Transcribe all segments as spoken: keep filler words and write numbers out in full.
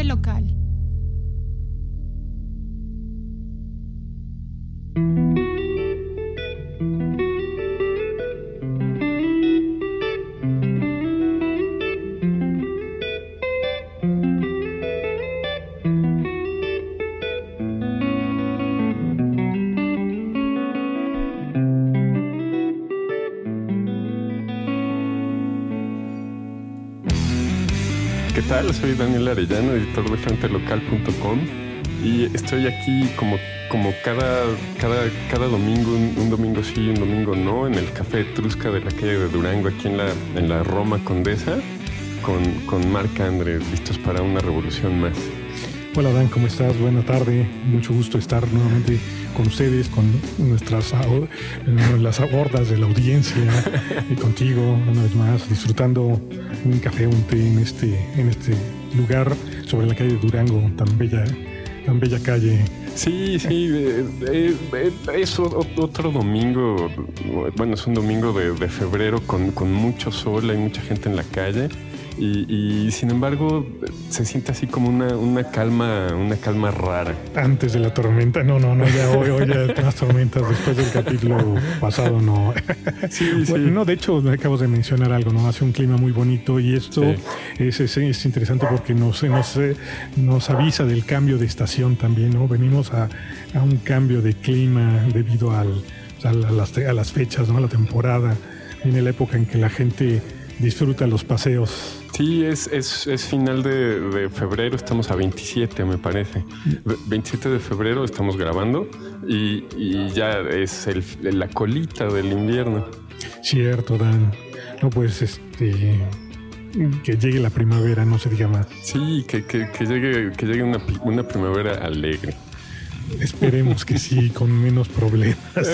local. ¿Qué tal? Soy Daniel Arellano, editor de frente local punto com, y estoy aquí como, como cada, cada, cada domingo, un, un domingo sí y un domingo no, en el Café Etrusca de la calle de Durango, aquí en la, en la Roma Condesa, con, con Marc André, listos para una revolución más. Hola Dan, ¿cómo estás? Buena tarde, mucho gusto estar nuevamente con ustedes, con nuestras las hordas de la audiencia y contigo una vez más, disfrutando un café, un té en este, en este lugar sobre la calle de Durango, tan bella, tan bella calle. Sí, sí, eh, eh, eh, es otro domingo, bueno, es un domingo de, de febrero con, con mucho sol, hay mucha gente en la calle. Y, y sin embargo se siente así como una, una calma, una calma rara. Antes de la tormenta, no, no, no, ya hoy, hoy ya las tormentas después del capítulo pasado, no. Sí, bueno, sí. No, de hecho, acabas de mencionar algo, ¿no? Hace un clima muy bonito y esto sí. es, es, es interesante porque nos, nos, nos avisa del cambio de estación también, ¿no? Venimos a, a un cambio de clima debido al, a, las, a las fechas, ¿no? A la temporada. Viene la época en que la gente disfruta los paseos. Sí, es, es, es final de, de febrero, estamos a veintisiete, me parece. veintisiete de febrero estamos grabando y, y ya es el, la colita del invierno. Cierto, Dan. No, pues este... que llegue la primavera, no se diga más. Sí, que, que, que llegue, que llegue una, una primavera alegre. Esperemos que sí, con menos problemas.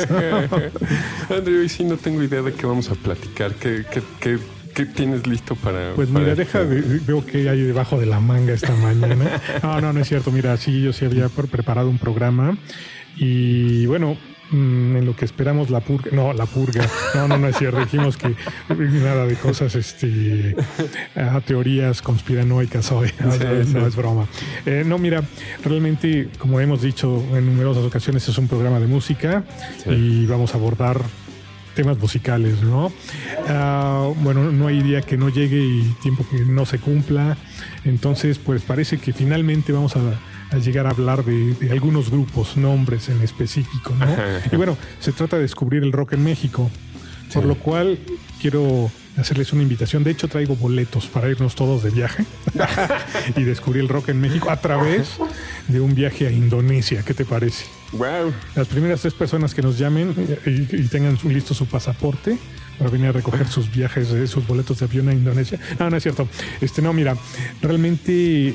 André, hoy sí no tengo idea de qué vamos a platicar. ¿Qué, qué, qué, qué tienes listo para...? Pues para mira, este... deja, de, veo que hay debajo de la manga esta mañana. No, no, no es cierto. Mira, sí, yo sí había preparado un programa y bueno... en lo que esperamos la purga, no, la purga, no, no, no es cierto, dijimos que nada de cosas, este, a teorías conspiranoicas hoy, no, sí, no, sí. no es broma. Eh, no, mira, realmente, como hemos dicho en numerosas ocasiones, es un programa de música sí. y vamos a abordar temas musicales, ¿no? Uh, bueno, no hay día que no llegue y tiempo que no se cumpla, entonces, pues parece que finalmente vamos a a llegar a hablar de, de algunos grupos, nombres en específico, ¿no? Y bueno, se trata de descubrir el rock en México, sí. por lo cual quiero hacerles una invitación. De hecho, traigo boletos para irnos todos de viaje y descubrir el rock en México a través de un viaje a Indonesia. ¿Qué te parece? Wow. Las primeras tres personas que nos llamen y, y tengan su, listo su pasaporte para venir a recoger sus viajes, sus boletos de avión a Indonesia. No, no es cierto. Este, no, mira, realmente...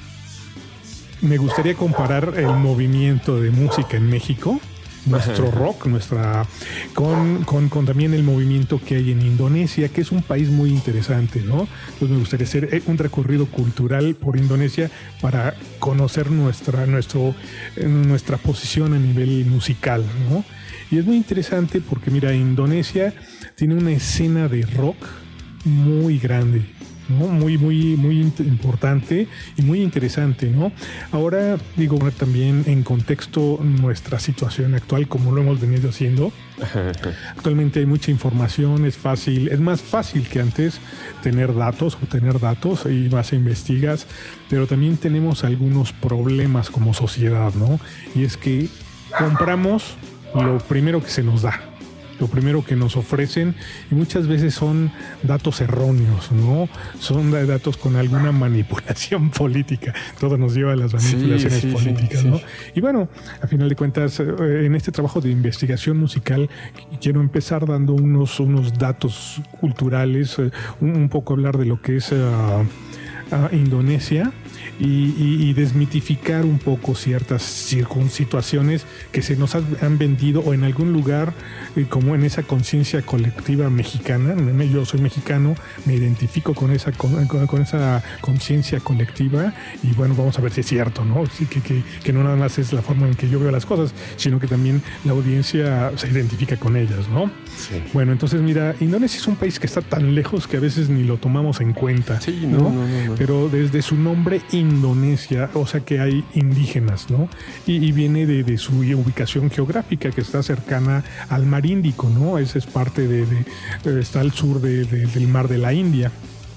me gustaría comparar el movimiento de música en México, nuestro rock, nuestra con, con, con también el movimiento que hay en Indonesia, que es un país muy interesante, ¿no? Entonces me gustaría hacer un recorrido cultural por Indonesia para conocer nuestra, nuestro, nuestra posición a nivel musical, ¿no? Y es muy interesante porque, mira, Indonesia tiene una escena de rock muy grande, ¿no? Muy, muy, muy importante y muy interesante, ¿no? Ahora, digo, también en contexto nuestra situación actual, como lo hemos venido haciendo. Actualmente hay mucha información, es fácil, es más fácil que antes tener datos, obtener datos y más investigas, pero también tenemos algunos problemas como sociedad, ¿no? Y es que compramos lo primero que se nos da. Lo primero que nos ofrecen y muchas veces son datos erróneos, ¿no? Son datos con alguna manipulación política. Todo nos lleva a las manipulaciones sí, sí, políticas, sí, sí. ¿no? Y bueno, a final de cuentas, en este trabajo de investigación musical quiero empezar dando unos, unos datos culturales, un poco hablar de lo que es uh, uh, Indonesia. Y, y, y desmitificar un poco ciertas situaciones que se nos han vendido o en algún lugar, eh, como en esa conciencia colectiva mexicana. Yo soy mexicano, me identifico con esa con, con esa conciencia colectiva y bueno, vamos a ver si es cierto, ¿no? Sí, que, que, que no nada más es la forma en que yo veo las cosas, sino que también la audiencia se identifica con ellas, ¿no? Sí. Bueno, entonces mira, Indonesia es un país que está tan lejos que a veces ni lo tomamos en cuenta, sí, no, ¿no? No, no, no. Pero desde su nombre Indonesia, o sea que hay indígenas, ¿no? Y, y viene de, de su ubicación geográfica, que está cercana al mar Índico, ¿no? Esa es parte de, de está al sur de, de, del mar de la India.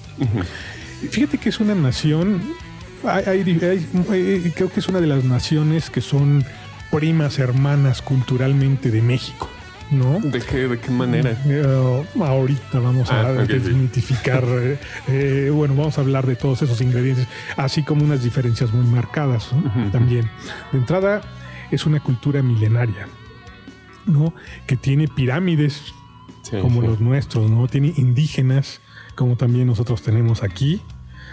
Uh-huh. Fíjate que es una nación, hay, hay, hay, creo que es una de las naciones que son primas hermanas culturalmente de México, ¿no? ¿De qué, de qué manera? Uh, ahorita vamos ah, a okay, desmitificar, sí. eh, bueno, vamos a hablar de todos esos ingredientes, así como unas diferencias muy marcadas, ¿no? Uh-huh. También. De entrada, es una cultura milenaria, ¿no? Que tiene pirámides sí, como sí. los nuestros, ¿no? Tiene indígenas, como también nosotros tenemos aquí.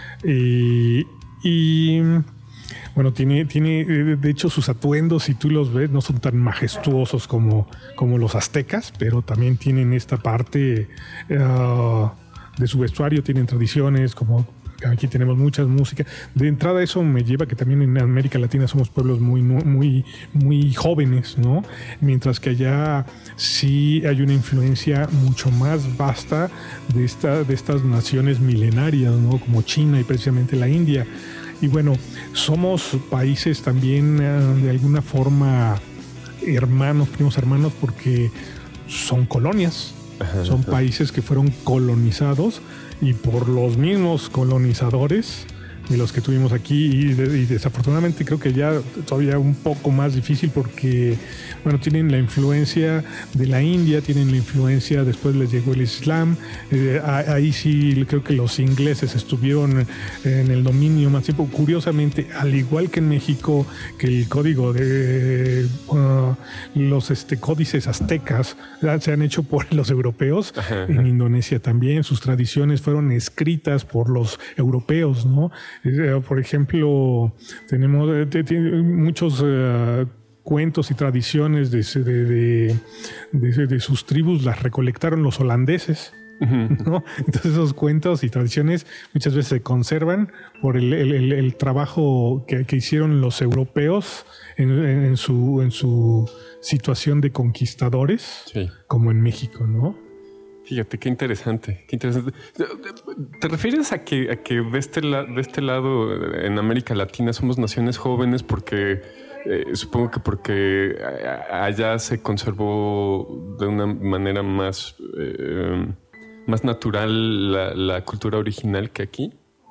Eh, y... Bueno, tiene, tiene, de hecho, sus atuendos, si tú los ves, no son tan majestuosos como, como los aztecas, pero también tienen esta parte uh, de su vestuario, tienen tradiciones, como aquí tenemos muchas músicas. De entrada, eso me lleva a que también en América Latina somos pueblos muy, muy, muy jóvenes, ¿no? Mientras que allá sí hay una influencia mucho más vasta de, esta, de estas naciones milenarias, ¿no? Como China y precisamente la India. Y bueno, somos países también uh, de alguna forma hermanos, primos hermanos, porque son colonias, ajá, son ajá. países que fueron colonizados y por los mismos colonizadores de los que tuvimos aquí y, de, y desafortunadamente creo que ya todavía un poco más difícil porque bueno, tienen la influencia de la India, tienen la influencia, después les llegó el Islam, eh, ahí sí creo que los ingleses estuvieron en el dominio más tiempo. Curiosamente, al igual que en México, que el código de uh, los este, códices aztecas uh, se han hecho por los europeos, ajá, ajá. En Indonesia también sus tradiciones fueron escritas por los europeos, ¿no? Por ejemplo, tenemos muchos uh, cuentos y tradiciones de, de, de, de, de sus tribus, las recolectaron los holandeses, ¿no? Entonces esos cuentos y tradiciones muchas veces se conservan por el, el, el, el trabajo que, que hicieron los europeos en, en, su, en su situación de conquistadores, sí. Como en México, ¿no? Fíjate, qué interesante, qué interesante. ¿Te refieres a que, a que de, este la, de este lado, en América Latina, somos naciones jóvenes porque, eh, supongo que porque allá se conservó de una manera más, eh, más natural la, la cultura original que aquí?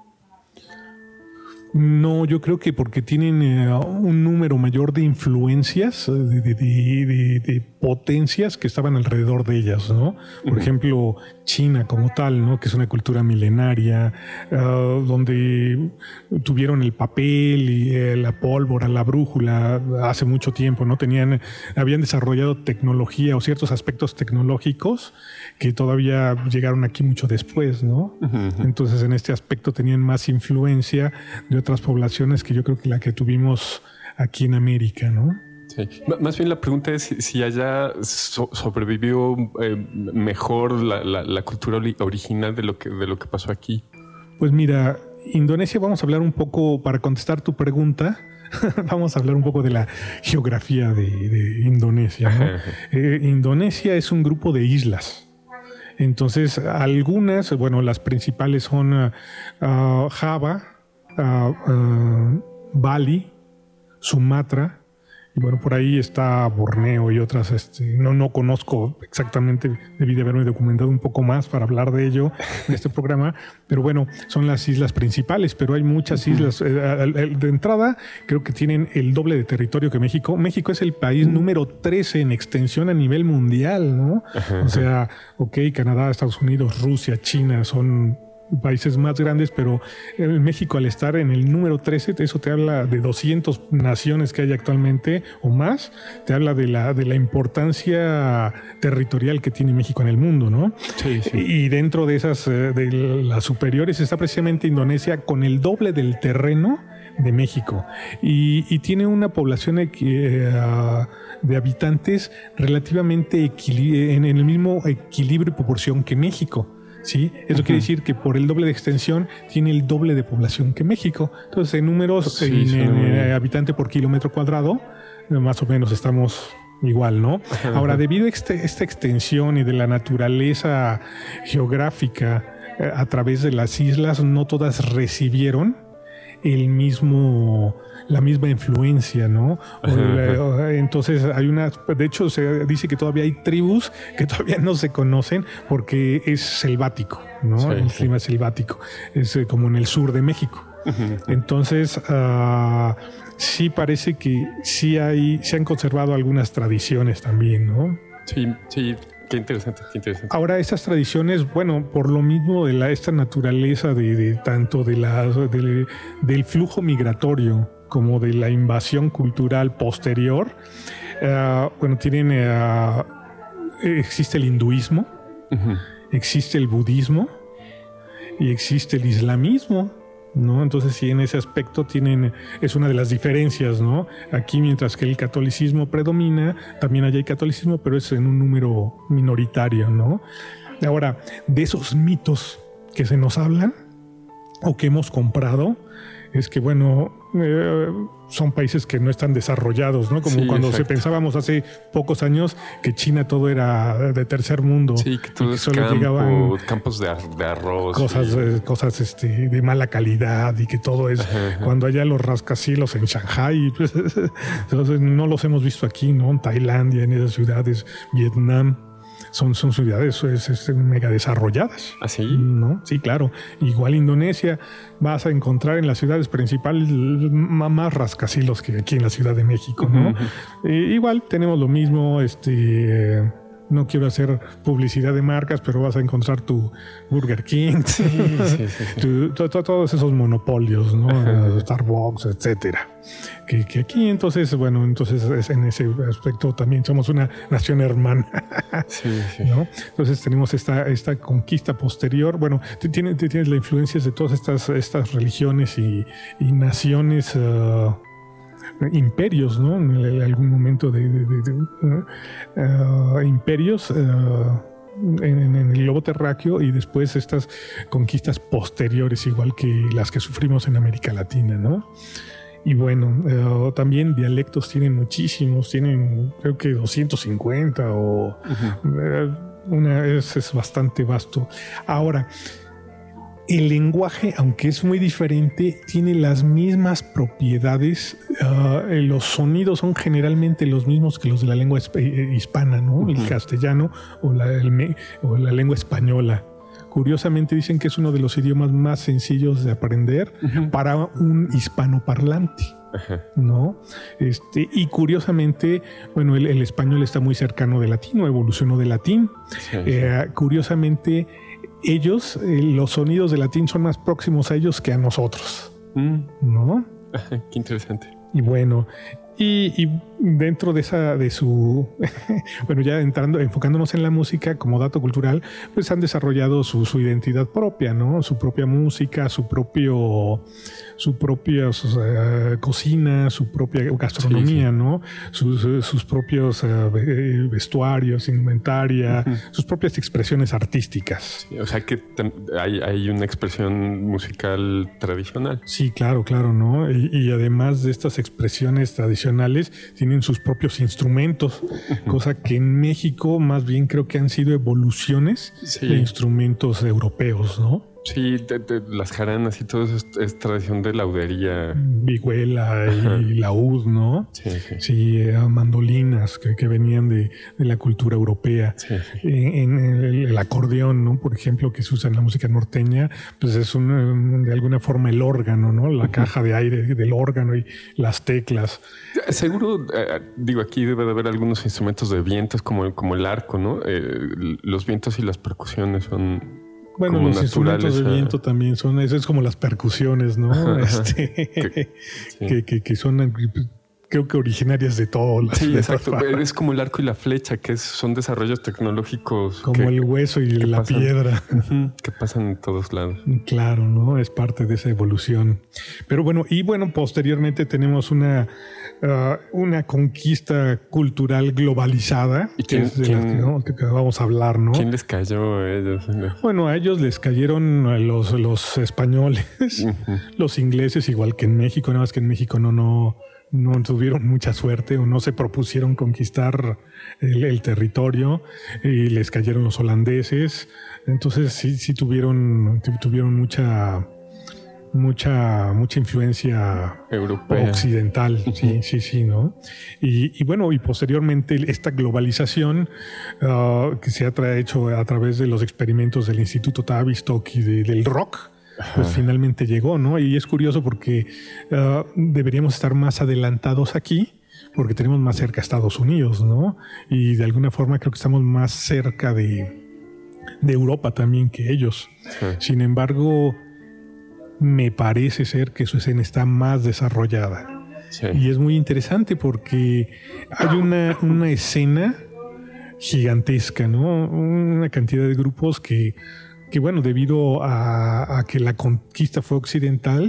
No, yo creo que porque tienen eh, un número mayor de influencias, de, de, de, de potencias que estaban alrededor de ellas, ¿no? Por uh-huh. ejemplo, China como tal, ¿no? Que es una cultura milenaria, uh, donde tuvieron el papel y eh, la pólvora, la brújula hace mucho tiempo, ¿no? Tenían, habían desarrollado tecnología o ciertos aspectos tecnológicos que todavía llegaron aquí mucho después, ¿no? Uh-huh. Entonces, en este aspecto tenían más influencia de otras poblaciones que yo creo que la que tuvimos aquí en América, ¿no? Sí. Más bien la pregunta es si, si allá so, sobrevivió eh, mejor la, la, la cultura original de lo que, de lo que pasó aquí. Pues mira, Indonesia, vamos a hablar un poco, para contestar tu pregunta, vamos a hablar un poco de la geografía de, de Indonesia, ¿no? eh, Indonesia es un grupo de islas. Entonces, algunas, bueno, las principales son uh, uh, Java, Uh, uh, Bali, Sumatra, y bueno, por ahí está Borneo y otras, este, no, no conozco exactamente, debí de haberme documentado un poco más para hablar de ello en este programa, pero bueno, son las islas principales, pero hay muchas islas. Eh, de entrada, creo que tienen el doble de territorio que México. México es el país número trece en extensión a nivel mundial, ¿no? Ajá, o sea, ok, Canadá, Estados Unidos, Rusia, China son países más grandes, pero en México, al estar en el número trece, eso te habla de doscientas naciones que hay actualmente o más, te habla de la, de la importancia territorial que tiene México en el mundo, ¿no? Sí, sí. Y dentro de esas, de las superiores, está precisamente Indonesia con el doble del terreno de México y, y tiene una población eh, de habitantes relativamente equil- en, en el mismo equilibrio y proporción que México. ¿Sí? Eso uh-huh. quiere decir que por el doble de extensión tiene el doble de población que México. Entonces, en números, sí, en, sí, en, en habitante por kilómetro cuadrado, más o menos estamos igual, ¿no? Uh-huh. Ahora, debido a este, esta extensión y de la naturaleza geográfica eh, a través de las islas, no todas recibieron el mismo, la misma influencia, ¿no? O la, entonces hay una, de hecho se dice que todavía hay tribus que todavía no se conocen porque es selvático, ¿no? Sí, el sí. clima es selvático, es eh, como en el sur de México. Entonces, uh, sí parece que sí hay, se han conservado algunas tradiciones también, ¿no? Sí, sí. Qué interesante, qué interesante. Ahora, estas tradiciones, bueno, por lo mismo de la, esta naturaleza de, de tanto de la, de, del flujo migratorio como de la invasión cultural posterior, uh, bueno, tienen, uh, existe el hinduismo, uh-huh. existe el budismo y existe el islamismo, ¿no? Entonces sí, en ese aspecto tienen, es una de las diferencias, ¿no? Aquí, mientras que el catolicismo predomina, también allá hay catolicismo, pero es en un número minoritario, ¿no? Ahora, de esos mitos que se nos hablan o que hemos comprado, es que, bueno, eh, son países que no están desarrollados, ¿no? Como sí, cuando exacto. se pensábamos hace pocos años que China todo era de tercer mundo. Sí, que todo y que es solo campo, llegaban campos de, ar- de arroz. Cosas, y... eh, cosas este, de mala calidad y que todo es... Ajá, ajá. Cuando allá los rascacielos en Shanghái, pues, entonces no los hemos visto aquí, ¿no? En Tailandia, en esas ciudades, Vietnam. Son, son ciudades es, es, mega desarrolladas. ¿Ah, sí? ¿No? Sí, claro. Igual Indonesia vas a encontrar en las ciudades principales más rascacielos que aquí en la Ciudad de México, ¿no? Uh-huh. Eh, igual tenemos lo mismo, este... Eh, no quiero hacer publicidad de marcas, pero vas a encontrar tu Burger King, sí, sí, sí, sí. Tu, tu, tu, todos esos monopolios, ¿no? Starbucks, etcétera. Que, que aquí, entonces, bueno, entonces en ese aspecto también somos una nación hermana, sí, sí. ¿no? Entonces tenemos esta, esta conquista posterior. Bueno, tienes, tienes la influencia de todas estas, estas religiones y, y naciones. Uh, imperios, ¿no? En algún momento de, de, de, de uh, imperios uh, en, en el globo terráqueo y después estas conquistas posteriores, igual que las que sufrimos en América Latina, ¿no? Y bueno, uh, también dialectos tienen muchísimos, tienen creo que doscientos cincuenta o uh-huh. uh, una es, es bastante vasto. Ahora, el lenguaje, aunque es muy diferente, tiene las mismas propiedades. Uh, los sonidos son generalmente los mismos que los de la lengua hispana, ¿no? Uh-huh. El castellano o la, el, o la lengua española. Curiosamente dicen que es uno de los idiomas más sencillos de aprender uh-huh. para un hispanoparlante. Uh-huh. ¿No? Este, y curiosamente, bueno, el, el español está muy cercano del latín, o evolucionó del latín. Sí, eh, sí. Curiosamente, ellos, eh, los sonidos del latín son más próximos a ellos que a nosotros, mm. ¿no? Qué interesante. Y bueno, y, y dentro de esa, de su, bueno, ya entrando, enfocándonos en la música como dato cultural, pues han desarrollado su, su identidad propia, ¿no? Su propia música, su propio, su propia uh, cocina, su propia gastronomía, sí, sí. ¿no? Sus, sus propios uh, vestuarios, indumentaria, uh-huh. sus propias expresiones artísticas. Sí, o sea que te, hay, hay una expresión musical tradicional. Sí, claro, claro, ¿no? Y, y además de estas expresiones tradicionales, tienen sus propios instrumentos, uh-huh. cosa que en México más bien creo que han sido evoluciones sí. de instrumentos europeos, ¿no? Sí, de, de, las jaranas y todo eso es, es tradición de laudería. Vihuela y Ajá. laúd, ¿no? Sí, sí. Sí, eh, mandolinas que, que venían de, de la cultura europea. Sí, sí. En, en el, el acordeón, ¿no? Por ejemplo, que se usa en la música norteña, pues es un, de alguna forma el órgano, ¿no? La uh-huh. caja de aire del órgano y las teclas. Seguro, eh, digo, aquí debe de haber algunos instrumentos de vientos como, como el arco, ¿no? Eh, los vientos y las percusiones son... Bueno, como los instrumentos de viento también son, eso es como las percusiones, ¿no? Ajá, este, que, sí. que, que, que son, creo que originarias de todo. Las, sí, de exacto. Es como el arco y la flecha, que es, son desarrollos tecnológicos. Como que, el hueso y la pasan, piedra. Que pasan en todos lados. Claro, ¿no? Es parte de esa evolución. Pero bueno, y bueno, posteriormente tenemos una... Uh, una conquista cultural globalizada, ¿Y quién, que es de quién, las que, ¿no? que vamos a hablar, ¿no? ¿Quién les cayó a ellos? Bueno, a ellos les cayeron los, los españoles, uh-huh. los ingleses, igual que en México, nada más que en México no, no, no tuvieron mucha suerte o no se propusieron conquistar el, el territorio, y les cayeron los holandeses. Entonces sí, sí tuvieron, tuvieron mucha... mucha, mucha influencia europea, occidental, uh-huh. sí, sí, sí, ¿no? Y, y bueno, y posteriormente esta globalización uh, que se ha hecho a través de los experimentos del Instituto Tavistock y de, del rock, pues finalmente llegó, ¿no? Y es curioso porque uh, deberíamos estar más adelantados aquí porque tenemos más cerca a Estados Unidos, ¿no? Y de alguna forma creo que estamos más cerca de, de Europa también que ellos. Sí. Sin embargo, me parece ser que su escena está más desarrollada. Sí. Y es muy interesante porque hay una, una escena gigantesca, ¿no? Una cantidad de grupos que que bueno, debido a, a que la conquista fue occidental,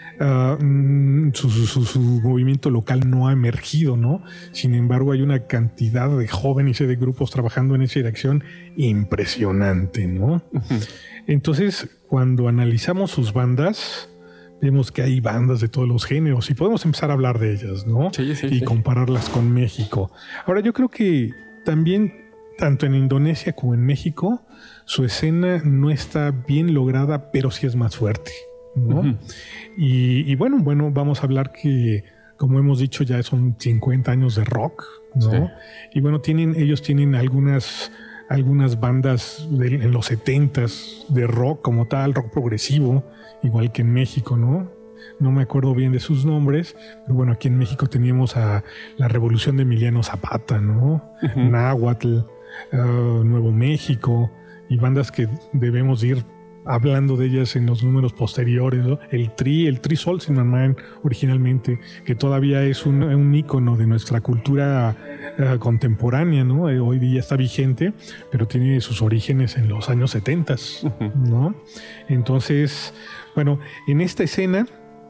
uh, su, su, su movimiento local no ha emergido, ¿no? Sin embargo, hay una cantidad de jóvenes y de grupos trabajando en esa dirección impresionante, ¿no? Uh-huh. Entonces, cuando analizamos sus bandas, vemos que hay bandas de todos los géneros y podemos empezar a hablar de ellas, ¿no? Sí, sí, y sí. compararlas con México. Ahora, yo creo que también, tanto en Indonesia como en México, su escena no está bien lograda, pero sí es más fuerte, ¿no? Uh-huh. y, y bueno, bueno, vamos a hablar que, como hemos dicho, ya son cincuenta años de rock, ¿no? Sí. Y bueno, tienen, ellos tienen algunas, algunas bandas de, en los setentas de rock como tal, rock progresivo, igual que en México, ¿no? No me acuerdo bien de sus nombres, pero bueno, aquí en México teníamos a la Revolución de Emiliano Zapata, ¿no? Uh-huh. Náhuatl, uh, Nuevo México, y bandas que debemos ir hablando de ellas en los números posteriores, ¿no? El Tri, el Tri Sol Sin Man originalmente, que todavía es un, un ícono de nuestra cultura uh, contemporánea, ¿no? Eh, hoy día está vigente, pero tiene sus orígenes en los años setentas, uh-huh. ¿no? Entonces, bueno, en esta escena,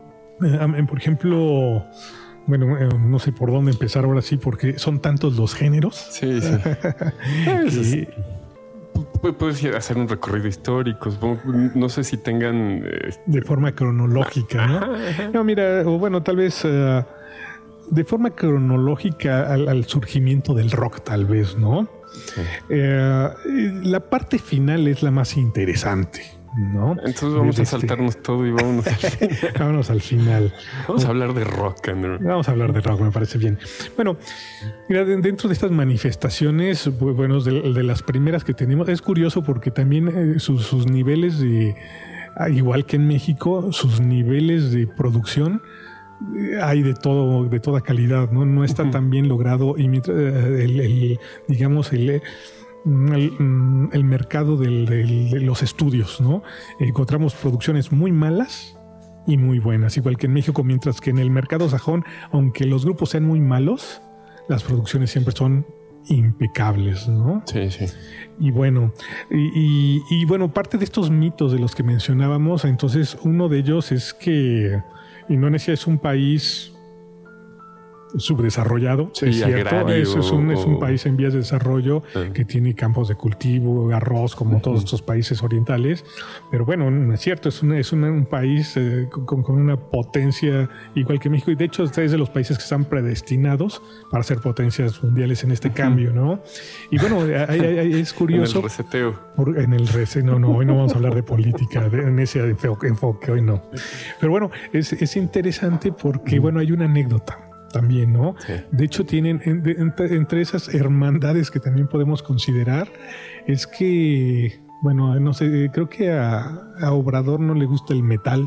eh, por ejemplo, bueno, eh, no sé por dónde empezar ahora sí, porque son tantos los géneros. Sí, sí. que, puedes hacer un recorrido histórico, no sé si tengan este... de forma cronológica, ¿no? No, mira, o bueno, tal vez uh, de forma cronológica al, al surgimiento del rock, tal vez, ¿no? Sí. Eh, la parte final es la más interesante, ¿no? Entonces vamos Desde a saltarnos este... todo y vámonos al final. vámonos al final. Vamos a hablar de rock, Andrew. Vamos a hablar de rock, me parece bien. Bueno, mira, dentro de estas manifestaciones, bueno, de, de las primeras que tenemos, es curioso porque también eh, sus, sus niveles de, igual que en México, sus niveles de producción eh, hay de todo, de toda calidad, ¿no? No está uh-huh. tan bien logrado y mientras, eh, el, el, digamos, el El, el mercado del, del, de los estudios, ¿no? Encontramos producciones muy malas y muy buenas, igual que en México, mientras que en el mercado sajón, aunque los grupos sean muy malos, las producciones siempre son impecables, ¿no? Sí, sí. Y bueno, y, y, y bueno, parte de estos mitos de los que mencionábamos, entonces uno de ellos es que Indonesia es un país subdesarrollado, sí, es cierto, es, es, un, es un país en vías de desarrollo sí. que tiene campos de cultivo, arroz, como uh-huh. todos estos países orientales, pero bueno, no es cierto, es, una, es una, un país eh, con, con una potencia igual que México, y de hecho es de los países que están predestinados para ser potencias mundiales en este uh-huh. cambio, ¿no? Y bueno, hay, hay, es curioso. En el reseteo. Por, en el reseteo, no, no, hoy no vamos a hablar de política, de, en ese enfoque, hoy no. Pero bueno, es, es interesante porque, uh-huh. bueno, hay una anécdota también, ¿no? Sí. De hecho, tienen entre, entre esas hermandades que también podemos considerar, es que, bueno, no sé, creo que a, a Obrador no le gusta el metal.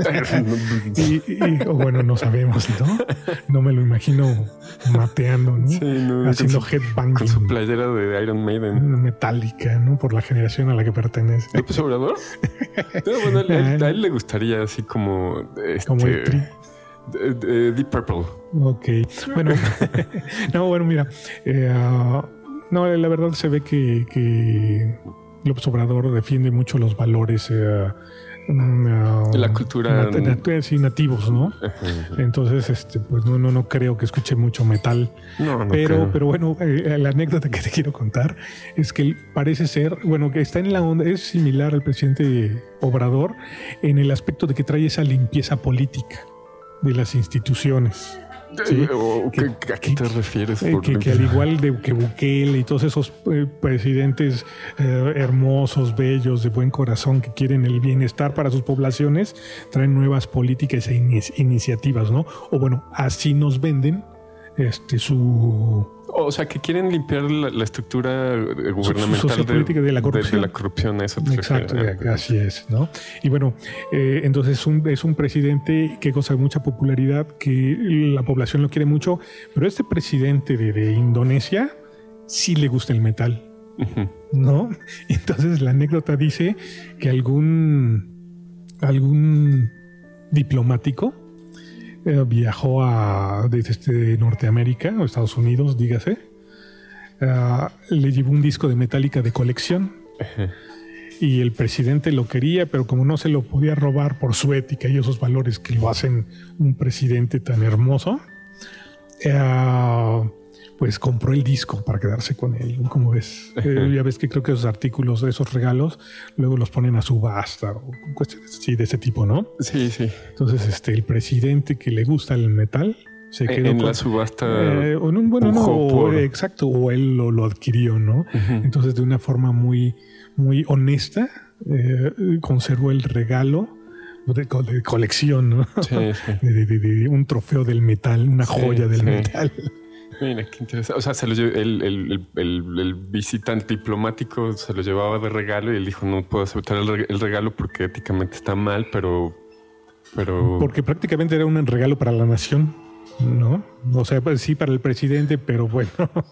y, y, o bueno, no sabemos, ¿no? No me lo imagino mateando, ¿no? Sí, no haciendo con su, headbanging. Con su playera de Iron Maiden. Metálica, ¿no? Por la generación a la que pertenece. ¿López Obrador? No, bueno, a él, a él le gustaría así como... Este, como el tri. De, de Deep Purple. Ok, bueno, no, bueno, mira, eh, uh, no, la verdad se ve que, que López Obrador defiende mucho los valores uh, uh, la cultura nat- nat- sí, nativos, ¿no? Uh-huh. Entonces, este, pues no, no, no creo que escuche mucho metal. No, no pero, creo. pero bueno, eh, la anécdota que te quiero contar es que él parece ser, bueno, que está en la onda, es similar al presidente Obrador en el aspecto de que trae esa limpieza política de las instituciones, ¿sí? ¿O que, que, ¿A qué te refieres? Eh, que, que al igual de que Bukele y todos esos eh, presidentes eh, hermosos, bellos, de buen corazón, que quieren el bienestar para sus poblaciones, traen nuevas políticas e in- iniciativas, ¿no? O bueno, así nos venden este su... O sea, que quieren limpiar la, la estructura gubernamental su, su de, política de la corrupción. De, de la corrupción, eso te Exacto, refiere. así es, ¿no? Y bueno, eh, entonces es un, es un presidente que goza de mucha popularidad, que la población lo quiere mucho, pero este presidente de, de Indonesia sí le gusta el metal, Uh-huh. ¿no? Entonces la anécdota dice que algún, algún diplomático Eh, viajó a, desde Norteamérica o Estados Unidos, dígase, uh, le llevó un disco de Metallica de colección. Uh-huh. Y el presidente lo quería, pero como no se lo podía robar por su ética y esos valores que lo hacen un presidente tan hermoso, uh, pues compró el disco para quedarse con él. ¿Cómo ves? Uh-huh. Eh, ya ves que creo que esos artículos, esos regalos, luego los ponen a subasta o cuestiones así de ese tipo, ¿no? Sí, sí. Entonces, este, el presidente que le gusta el metal se quedó en con, la subasta. Eh, o un, bueno, no, o, por... exacto, o él lo, lo adquirió, ¿no? Uh-huh. Entonces, de una forma muy, muy honesta, eh, conservó el regalo de, de colección, ¿no? Sí, sí. De, de, de un trofeo del metal, una sí, joya del sí. metal. Mira, qué interesante. O sea, se lo llevó, el, el, el, el visitante diplomático se lo llevaba de regalo y él dijo, no puedo aceptar el regalo porque éticamente está mal, pero... pero... Porque prácticamente era un regalo para la nación, ¿no? O sea, pues sí, para el presidente, pero bueno.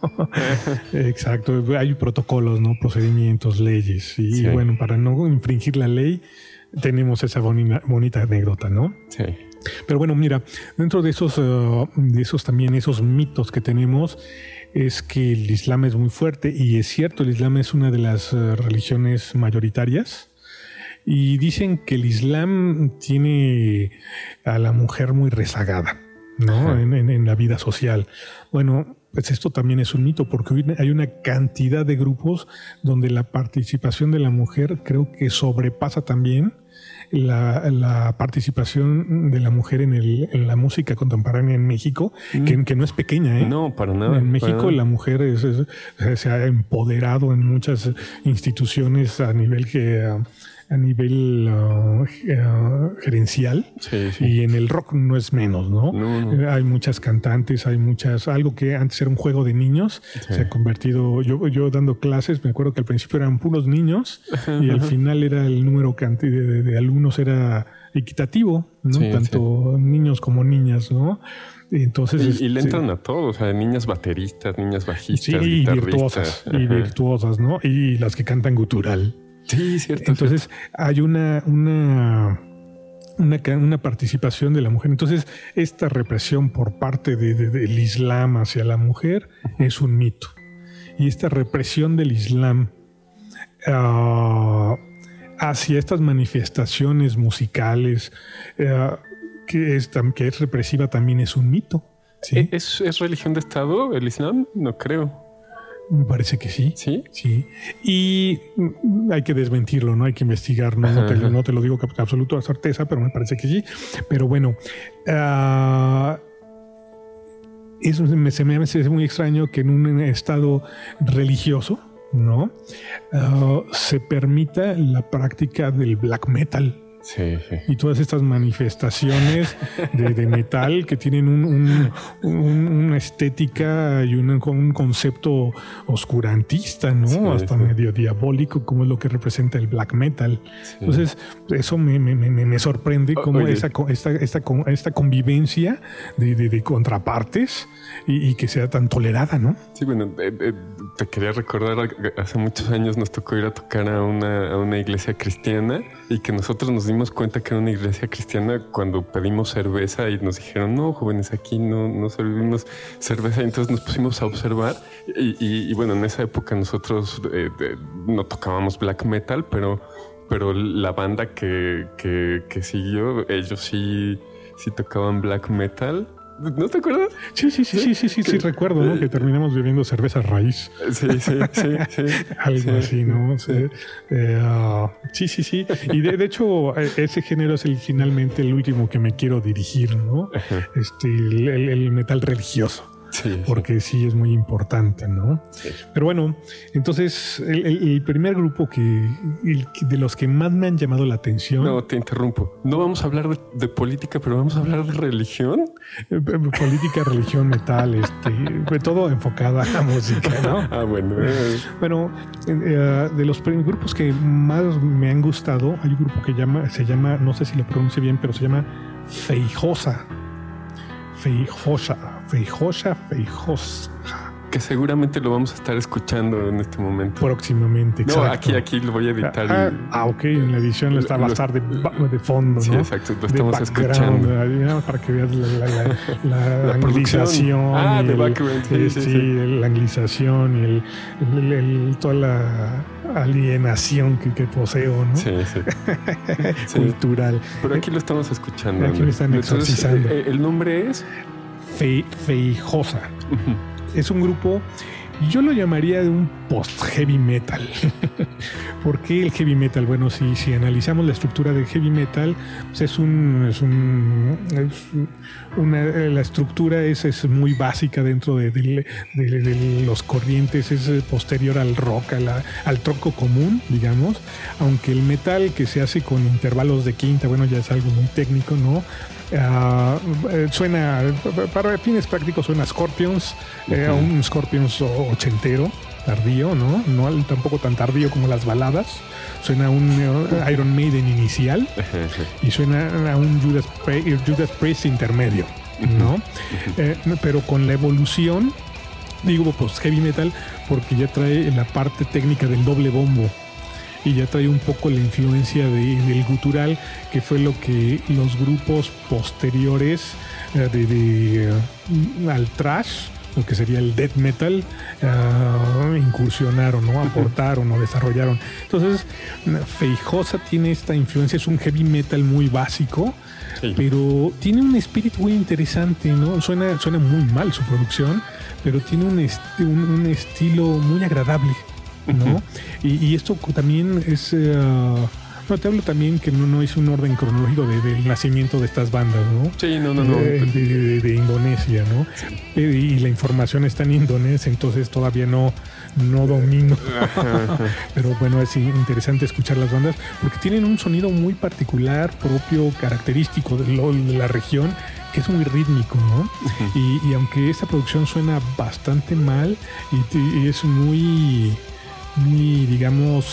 Exacto. Hay protocolos, ¿no? Procedimientos, leyes. Y sí. bueno, para no infringir la ley, tenemos esa bonita, bonita anécdota, ¿no? Sí. Pero bueno, mira, dentro de esos, uh, de esos también, esos mitos que tenemos, es que el Islam es muy fuerte, y es cierto, el Islam es una de las uh, religiones mayoritarias, y dicen que el Islam tiene a la mujer muy rezagada, ¿no? En, en, en la vida social. Bueno, pues esto también es un mito, porque hoy hay una cantidad de grupos donde la participación de la mujer creo que sobrepasa también La, la participación de la mujer en, el, en la música contemporánea en México, mm. que, que no es pequeña, ¿eh? No, para nada. En México para nada. La mujer es, es, se ha empoderado en muchas instituciones a nivel que... a nivel uh, uh, gerencial, sí, sí. y en el rock no es menos, ¿no? No, no. Hay muchas cantantes, hay muchas, algo que antes era un juego de niños, sí. se ha convertido, yo, yo dando clases, me acuerdo que al principio eran puros niños, y al final era el número de, de, de alumnos era equitativo, ¿no? Sí, tanto sí. niños como niñas, ¿no? Entonces, y, este, y le entran a todos, o sea, niñas bateristas, niñas bajistas, sí, y virtuosas, y virtuosas, ¿no? Y las que cantan gutural. Sí, cierto. Entonces cierto. hay una, una, una, una participación de la mujer. Entonces esta represión por parte de, de, del Islam hacia la mujer uh-huh. es un mito. Y esta represión del Islam uh, hacia estas manifestaciones musicales uh, que, es, que es represiva también es un mito. ¿Sí? ¿Es, ¿Es religión de Estado el Islam? No creo. Me parece que sí. ¿Sí? Sí. Y hay que desmentirlo, ¿no? Hay que investigar. No, no, te, no te lo digo con absoluta certeza, pero me parece que sí. Pero bueno, uh, eso me, se me hace muy extraño que en un estado religioso, ¿no? Uh, se permita la práctica del black metal. Sí, sí. Y todas estas manifestaciones de, de metal que tienen un, un, un, una estética y un, un concepto oscurantista, ¿no? Sí, hasta sí. medio diabólico, como es lo que representa el black metal. Sí. Entonces, eso me, me, me, me sorprende cómo esa, esta, esta, esta convivencia de, de, de contrapartes y, y que sea tan tolerada, ¿no? Sí, bueno, eh, eh, te quería recordar, hace muchos años nos tocó ir a tocar a una, a una iglesia cristiana y que nosotros nos dimos cuenta que era una iglesia cristiana cuando pedimos cerveza y nos dijeron, no, jóvenes, aquí no, no servimos cerveza. Y entonces nos pusimos a observar y, y, y bueno, en esa época nosotros eh, de, no tocábamos black metal, pero, pero la banda que, que, que siguió, ellos sí, sí tocaban black metal. ¿No te acuerdas? Sí, sí, sí, sí, sí, sí, sí, recuerdo, ¿no? Que terminamos bebiendo cerveza raíz. Sí, sí, sí, sí. Algo sí, así, ¿no? Sí, sí. Eh, uh, sí, sí, sí. Y de, de hecho, ese género es el, finalmente el último que me quiero dirigir, ¿no? Ajá. Este, el, el, el metal religioso. Sí, porque sí. sí es muy importante, ¿no? Sí. Pero bueno, entonces el, el, el primer grupo que el, de los que más me han llamado la atención. No, te interrumpo. No vamos a hablar de, de política, pero vamos a hablar de religión. Eh, política, religión, metal, este, todo enfocado a la música, ¿no? Ah, bueno. Eh. Bueno, eh, de los grupos que más me han gustado, hay un grupo que llama, se llama, no sé si lo pronuncie bien, pero se llama Feijosa. Feijosa, Feijosa, Feijosa. Que seguramente lo vamos a estar escuchando en este momento. Próximamente, exacto. No, aquí, aquí lo voy a editar. Ah, y... ah ok, en la edición está, va a estar de, de fondo, sí, ¿no? exacto, lo estamos de escuchando. Para que veas la, la, la, la, la anglización. Ah, de el, background. Sí, el, sí, sí, sí. la anglización y el, el, el, toda la alienación que, que poseo, ¿no? Sí, sí. Cultural. Sí. Pero aquí lo estamos escuchando. Aquí me están exorcizando. Entonces, el nombre es Fe, Feijosa. Uh-huh. Es un grupo, yo lo llamaría de un post-heavy metal. ¿Por qué el heavy metal? Bueno, si, si analizamos la estructura del heavy metal, pues es un... Es un es una, la estructura es, es muy básica dentro de, de, de, de los corrientes, es posterior al rock, a la, al tronco común, digamos, aunque el metal que se hace con intervalos de quinta, bueno, ya es algo muy técnico, ¿no? Uh, suena, para fines prácticos, suena a Scorpions, uh-huh. eh, un Scorpions ochentero, tardío, ¿no? No tampoco tan tardío como las baladas. Suena a un uh, Iron Maiden inicial uh-huh. y suena a un Judas, Judas Priest intermedio, ¿no? Uh-huh. Eh, pero con la evolución, digo, pues heavy metal, porque ya trae la parte técnica del doble bombo. Y ya trae un poco la influencia de, del gutural, que fue lo que los grupos posteriores uh, de, de, uh, al thrash, lo que sería el death metal, uh, incursionaron, ¿no? Aportaron o desarrollaron. Entonces, Feijosa tiene esta influencia, es un heavy metal muy básico, sí. pero tiene un espíritu muy interesante, ¿no? Suena, suena muy mal su producción, pero tiene un, est- un, un estilo muy agradable, ¿no? Uh-huh. Y, y esto también es... Uh, no, te hablo también que no, no es un orden cronológico de, del nacimiento de estas bandas, ¿no? Sí, no, no, no. De, de, de, de Indonesia, ¿no? Sí. Y la información está en indonés, entonces todavía no, no domino. Pero bueno, es interesante escuchar las bandas porque tienen un sonido muy particular, propio, característico de, lo, de la región, que es muy rítmico, ¿no? Uh-huh. Y, y aunque esta producción suena bastante mal y, y es muy... muy, digamos,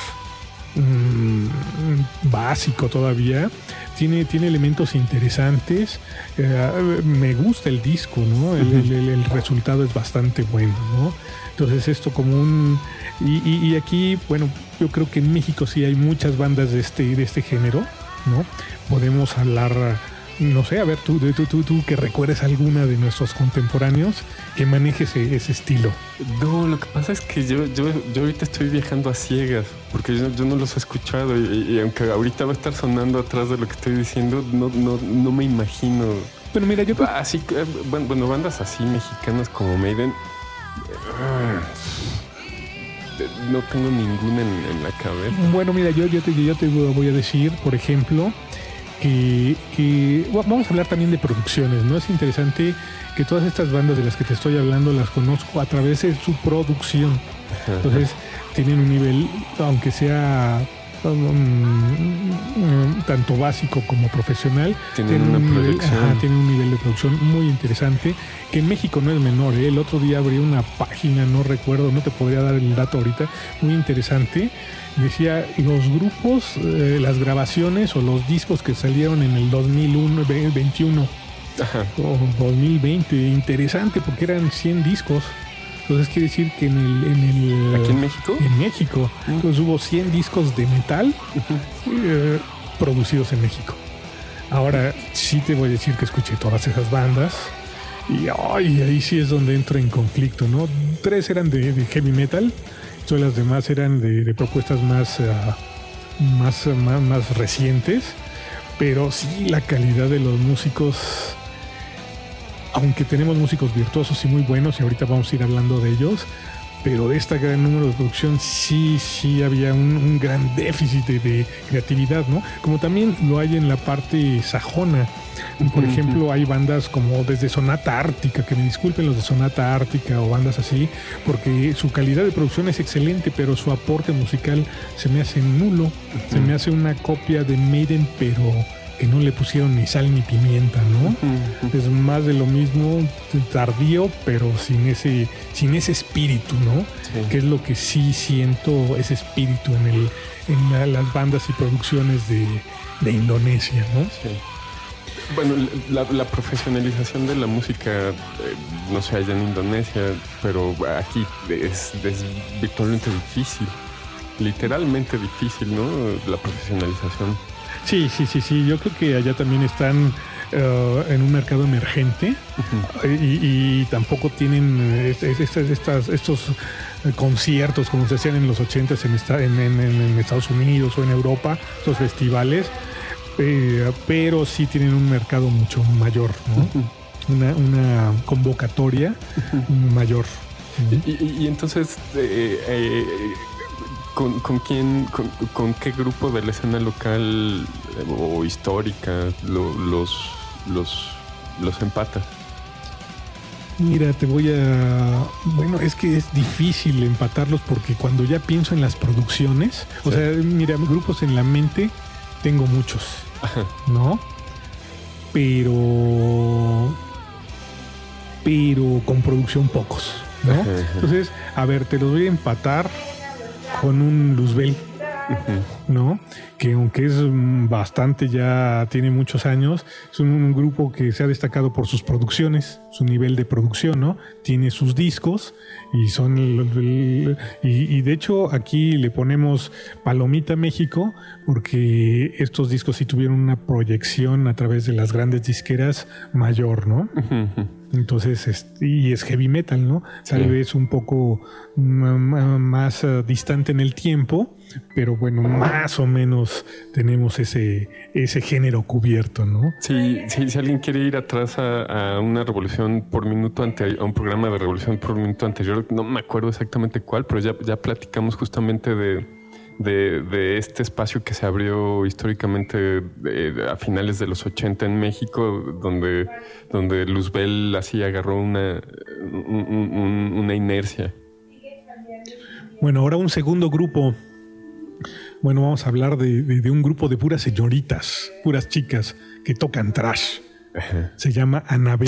mmm, básico todavía, tiene, tiene elementos interesantes. Eh, me gusta el disco, ¿no? El, uh-huh. el, el resultado es bastante bueno, ¿no? Entonces esto como un... Y, y, y aquí, bueno, yo creo que en México sí hay muchas bandas de este, de este género, ¿no? Podemos hablar... No sé, a ver, tú, tú, tú, tú que recuerdes alguna de nuestros contemporáneos que maneje ese, ese estilo. No, lo que pasa es que yo, yo, yo ahorita estoy viajando a ciegas, porque yo, yo no los he escuchado y, y aunque ahorita va a estar sonando atrás de lo que estoy diciendo, no, no, no me imagino. Pero mira, yo creo... Así, bueno, bueno, bandas así mexicanas como Maiden, no tengo ninguna en, en la cabeza. Bueno, mira, yo, yo, te, yo te voy a decir, por ejemplo... Que, que vamos a hablar también de producciones, ¿no? Es interesante que todas estas bandas de las que te estoy hablando las conozco a través de su producción. Entonces tienen un nivel, aunque sea um, um, tanto básico como profesional, tienen, tienen, una un nivel, ajá, tienen un nivel de producción muy interesante, que en México no es menor, ¿eh? El otro día abrí una página, no recuerdo, no te podría dar el dato ahorita, muy interesante. Decía, los grupos, eh, las grabaciones o los discos que salieron en el dos mil veintiuno Ajá. o dos mil veinte, interesante porque eran cien discos. Entonces quiere decir que en el... En el ¿Aquí en México? En México. Uh-huh. Entonces hubo cien discos de metal uh-huh. eh, producidos en México. Ahora sí te voy a decir que escuché todas esas bandas y ay, ahí sí es donde entro en conflicto, ¿no? Tres eran de, de heavy metal. Todas las demás eran de, de propuestas más, uh, más, más, más recientes, pero sí la calidad de los músicos aunque tenemos músicos virtuosos y muy buenos, y ahorita vamos a ir hablando de ellos, pero de este gran número de producción sí, sí había un, un gran déficit de, de creatividad, ¿no? Como también lo hay en la parte sajona. Por ejemplo, hay bandas como desde Sonata Ártica, que me disculpen los de Sonata Ártica o bandas así, porque su calidad de producción es excelente, pero su aporte musical se me hace nulo. Uh-huh. Se me hace una copia de Maiden, pero que no le pusieron ni sal ni pimienta, ¿no? Uh-huh. Es más de lo mismo, tardío, pero sin ese, sin ese espíritu, ¿no? Sí. Que es lo que sí siento, ese espíritu en, el, en la, las bandas y producciones de, de Indonesia, ¿no? Sí. Bueno, la, la profesionalización de la música, eh, no sé, allá en Indonesia, pero aquí es, es virtualmente difícil, literalmente difícil, ¿no? La profesionalización. Sí, sí, sí, sí. Yo creo que allá también están uh, en un mercado emergente. Uh-huh. y, y tampoco tienen estas, estas, estos conciertos como se hacían en los ochentas en, en, en, en Estados Unidos o en Europa, estos festivales. Eh, pero sí tienen un mercado mucho mayor, ¿no? Uh-huh. una, una convocatoria uh-huh. mayor. Uh-huh. Y, y, y entonces, eh, eh, ¿con, con quién, con, con qué grupo de la escena local eh, o histórica lo, los, los, los empata? Mira, te voy a... Bueno, es que es difícil empatarlos porque cuando ya pienso en las producciones, sí. o sea, mira, grupos en la mente tengo muchos, ¿no? Pero... Pero con producción pocos, ¿no? Entonces, a ver, te los voy a empatar con un Luzbel, ¿no? Que aunque es bastante, ya tiene muchos años, es un, un grupo que se ha destacado por sus producciones, su nivel de producción, ¿no? Tiene sus discos y son el, el, y, y de hecho aquí le ponemos Palomita México porque estos discos sí tuvieron una proyección a través de las grandes disqueras mayor, ¿no? Uh-huh. Entonces, es, y es heavy metal, ¿no? Tal sí. vez un poco m- más uh, distante en el tiempo, pero bueno, más o menos tenemos ese, ese género cubierto, ¿no? Sí, sí, si alguien quiere ir atrás a, a una revolución por minuto anterior, a un programa de revolución por minuto anterior, no me acuerdo exactamente cuál, pero ya, ya platicamos justamente de, de, de este espacio que se abrió históricamente de, a finales de los ochenta en México, donde, donde Luzbel así agarró una, un, un, una inercia. Bueno, ahora un segundo grupo. Bueno, vamos a hablar de, de, de un grupo de puras señoritas, puras chicas que tocan thrash. Ajá. Se llama Anabela.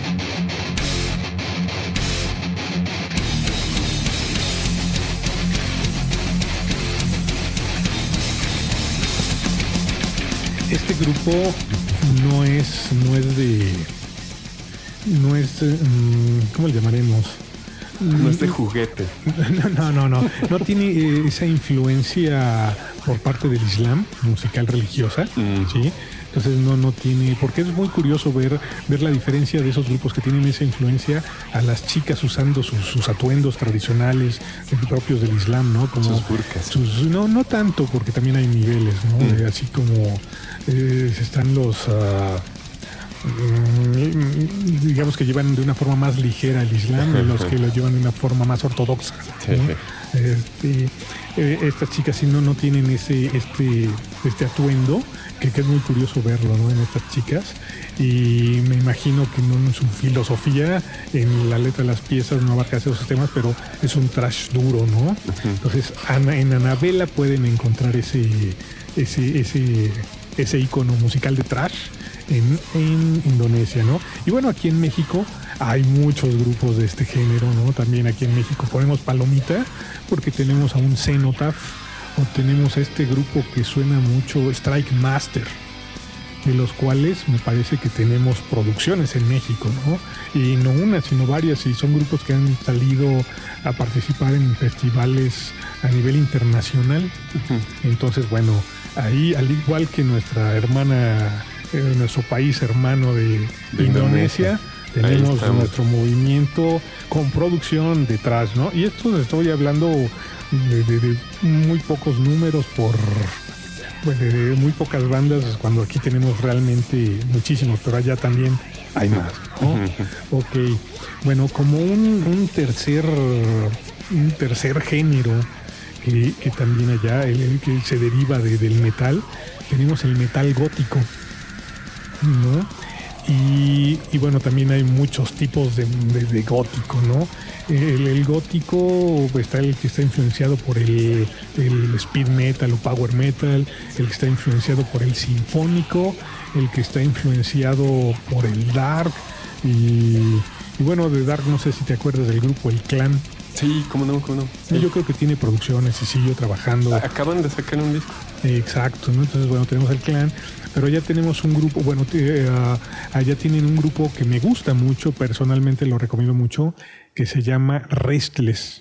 Este grupo no es, no es de, no es, ¿cómo le llamaremos? No es de juguete. No, no, no, no. No tiene eh, esa influencia por parte del Islam, musical religiosa, mm. ¿sí? Entonces no, no tiene, porque es muy curioso ver, ver la diferencia de esos grupos que tienen esa influencia a las chicas usando sus, sus atuendos tradicionales propios del Islam, ¿no? Como sus burkas. Sus, no, no tanto, porque también hay niveles, ¿no? Mm. Eh, así como eh, están los... Uh, digamos que llevan de una forma más ligera el Islam y los que lo llevan de una forma más ortodoxa, ¿no? este, eh, estas chicas sí no, no tienen ese este, este atuendo que, que es muy curioso verlo, ¿no? En estas chicas, y me imagino que no en su filosofía en la letra de las piezas no abarca esos temas, pero es un thrash duro, ¿no? Uh-huh. Entonces Ana, en Anabela pueden encontrar ese ese ese ese icono musical de thrash En, en Indonesia, ¿no? Y bueno, aquí en México hay muchos grupos de este género, ¿no? También aquí en México ponemos Palomita porque tenemos a un Cenotaph, o tenemos a este grupo que suena mucho, Strike Master, de los cuales me parece que tenemos producciones en México, ¿no? Y no una, sino varias, y son grupos que han salido a participar en festivales a nivel internacional. Uh-huh. Entonces, bueno, ahí, al igual que nuestra hermana... en nuestro país hermano de, de Indonesia, Indonesia tenemos nuestro movimiento con producción detrás, ¿no? Y esto estoy hablando de, de, de muy pocos números por bueno, de muy pocas bandas, cuando aquí tenemos realmente muchísimos, pero allá también hay más, ¿no? Uh-huh. Ok, bueno, como un, un tercer un tercer género que, que también allá el, el que se deriva de, del metal, tenemos el metal gótico, ¿no? Y, y bueno, también hay muchos tipos de, de, de gótico, ¿no? El, el gótico pues, está el que está influenciado por el, el speed metal o power metal, el que está influenciado por el sinfónico, el que está influenciado por el dark y, y bueno, de dark no sé si te acuerdas del grupo El Clan. Sí, cómo no, cómo no. Sí. Yo creo que tiene producciones y sigue trabajando. Acaban de sacar un disco. Exacto, ¿no? Entonces, bueno, tenemos El Clan, pero ya tenemos un grupo, bueno, t- uh, allá tienen un grupo que me gusta mucho, personalmente lo recomiendo mucho, que se llama Restless.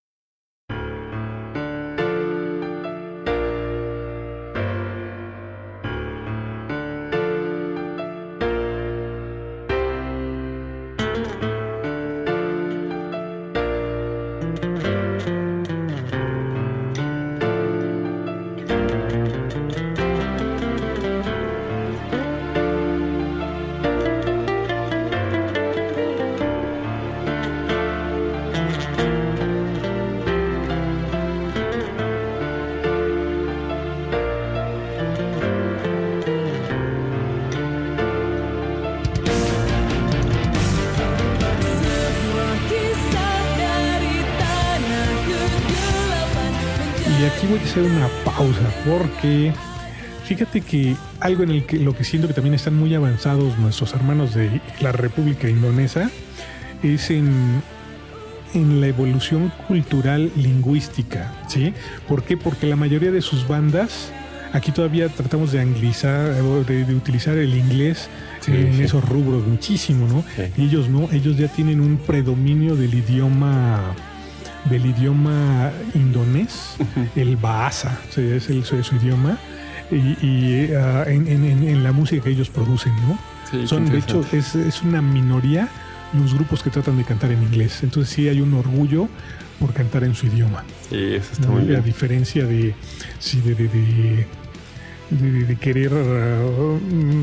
Y aquí voy a hacer una pausa porque fíjate que algo en el que lo que siento que también están muy avanzados nuestros hermanos de la República Indonesia es en, en la evolución cultural lingüística, ¿sí? ¿Por qué? Porque la mayoría de sus bandas aquí todavía tratamos de anglizar, de, de utilizar el inglés sí, en sí. esos rubros muchísimo, ¿no? Sí. Y ellos no, ellos ya tienen un predominio del idioma del idioma indonés, uh-huh. el Bahasa, o sea, es, el, es su idioma, y, y uh, en, en, en la música que ellos producen, ¿no? Sí, son, de hecho, es, es una minoría los grupos que tratan de cantar en inglés. Entonces sí hay un orgullo por cantar en su idioma. Sí, eso está ¿no? muy bien. A diferencia de, sí, de, de, de, de, de querer uh,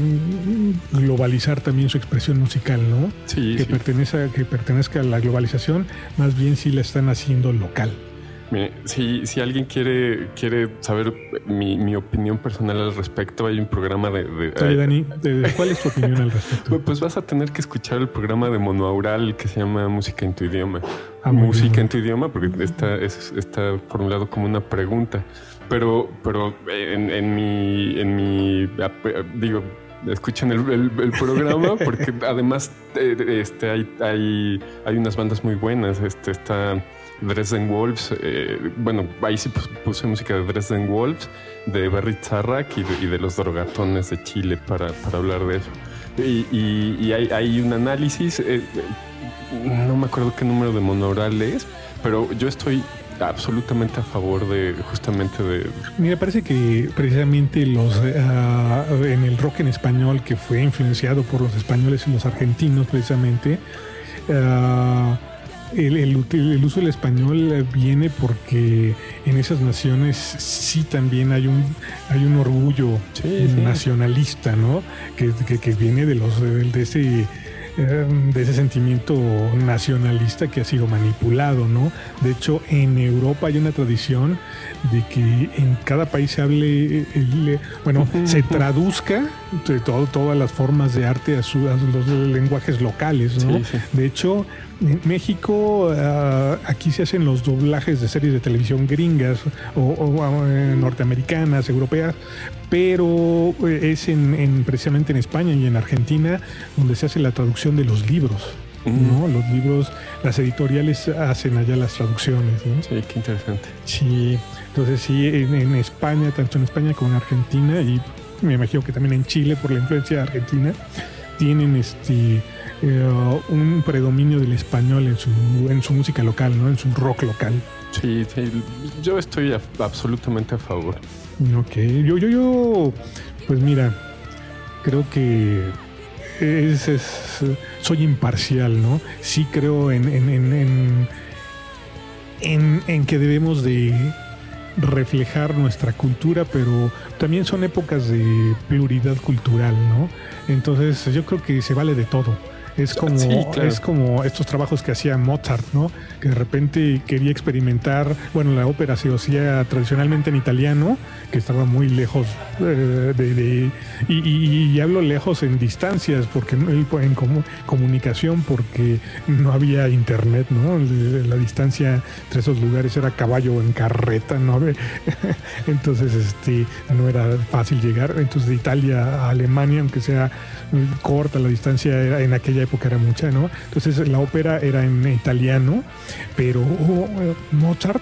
globalizar también su expresión musical, ¿no? Sí, que, sí. Pertenezca, que pertenezca a la globalización, más bien sí la están haciendo local. Mire, si, si alguien quiere, quiere saber mi, mi opinión personal al respecto, hay un programa de... de Oye, Dani, ¿de, ¿cuál es tu opinión al respecto? Pues vas a tener que escuchar el programa de Monoaural que se llama Música en tu idioma. Ah, Música bien. en tu idioma, porque está, es, está formulado como una pregunta. Pero, pero en, en mi... En mi digo, escuchen el, el, el programa porque además este, hay, hay, hay unas bandas muy buenas. Este está... Dresden Wolves, eh, bueno, ahí sí puse música de Dresden Wolves, de Berry Zarrak y de, y de los Drogatones de Chile para, para hablar de eso. Y, y, y hay, hay un análisis, eh, no me acuerdo qué número de Monoaural es, pero yo estoy absolutamente a favor de justamente de... Mira, parece que precisamente los uh, en el rock en español, que fue influenciado por los españoles y los argentinos precisamente, uh, El, el, el uso del español viene porque en esas naciones sí también hay un hay un orgullo sí, sí. nacionalista, ¿no? Que, que, que viene de los de, de ese de ese sentimiento nacionalista que ha sido manipulado, ¿no? De hecho, en Europa hay una tradición de que en cada país se hable, el, bueno, se traduzca de todo, todas las formas de arte a, su, a los lenguajes locales, ¿no? Sí, sí. De hecho, en México, uh, aquí se hacen los doblajes de series de televisión gringas o, o uh, norteamericanas, europeas, pero es en, en, precisamente en España y en Argentina donde se hace la traducción de los libros, ¿no? Mm. Los libros, las editoriales hacen allá las traducciones, ¿no? Sí, qué interesante. Sí, entonces sí, en, en España, tanto en España como en Argentina, y me imagino que también en Chile por la influencia de Argentina, tienen este... Uh, un predominio del español en su en su música local, ¿no? En su rock local. Sí, sí, yo estoy a, absolutamente a favor. Ok, yo, yo, yo, pues mira, creo que es, es soy imparcial, ¿no? Sí creo en en, en, en, en, en que debemos de reflejar nuestra cultura, pero también son épocas de pluralidad cultural, ¿no? Entonces yo creo que se vale de todo. Es como, sí, claro. es como estos trabajos que hacía Mozart, ¿no? Que de repente quería experimentar, bueno, la ópera se hacía tradicionalmente en italiano, que estaba muy lejos eh, de, de y, y, y hablo lejos en distancias, porque en com, comunicación, porque no había internet, ¿no? La distancia entre esos lugares era caballo en carreta, ¿no? Entonces, este, no era fácil llegar. Entonces, de Italia a Alemania, aunque sea corta la distancia, era, en aquella época era mucha, ¿no? Entonces la ópera era en italiano, pero oh, Mozart,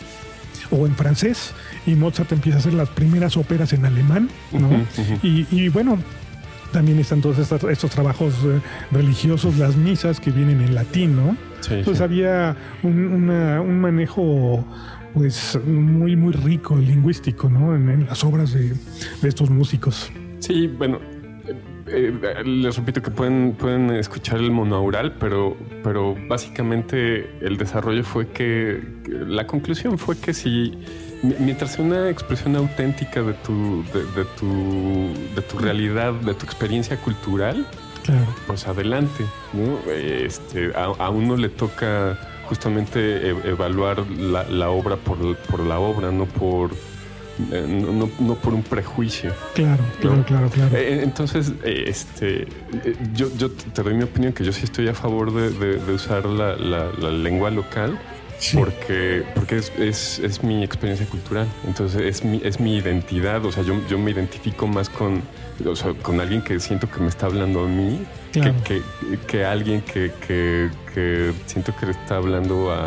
o en francés, y Mozart empieza a hacer las primeras óperas en alemán, ¿no? Uh-huh, uh-huh. Y, y bueno, también están todos estos, estos trabajos eh, religiosos, las misas que vienen en latín, ¿no? Sí, Entonces sí. había un, una, un manejo pues muy, muy rico, lingüístico, ¿no? En, en las obras de, de estos músicos. Sí, bueno, Eh, les repito que pueden, pueden escuchar el monoaural, pero, pero básicamente el desarrollo fue que, que la conclusión fue que si mientras sea una expresión auténtica de tu, de, de tu, de tu realidad, de tu experiencia cultural, claro. pues adelante, ¿no? Este, a, a uno le toca justamente evaluar la, la obra por, por la obra, no por Eh, no, no por un prejuicio. Claro, claro, ¿no? claro, claro. Eh, entonces, eh, este, eh, yo, yo te doy mi opinión que yo sí estoy a favor de, de, de usar la, la, la lengua local, sí. porque, porque es, es, es mi experiencia cultural. Entonces, es mi, es mi identidad. O sea, yo, yo me identifico más con, o sea, con alguien que siento que me está hablando a mí, claro. que, que, que alguien que, que, que siento que le está hablando a...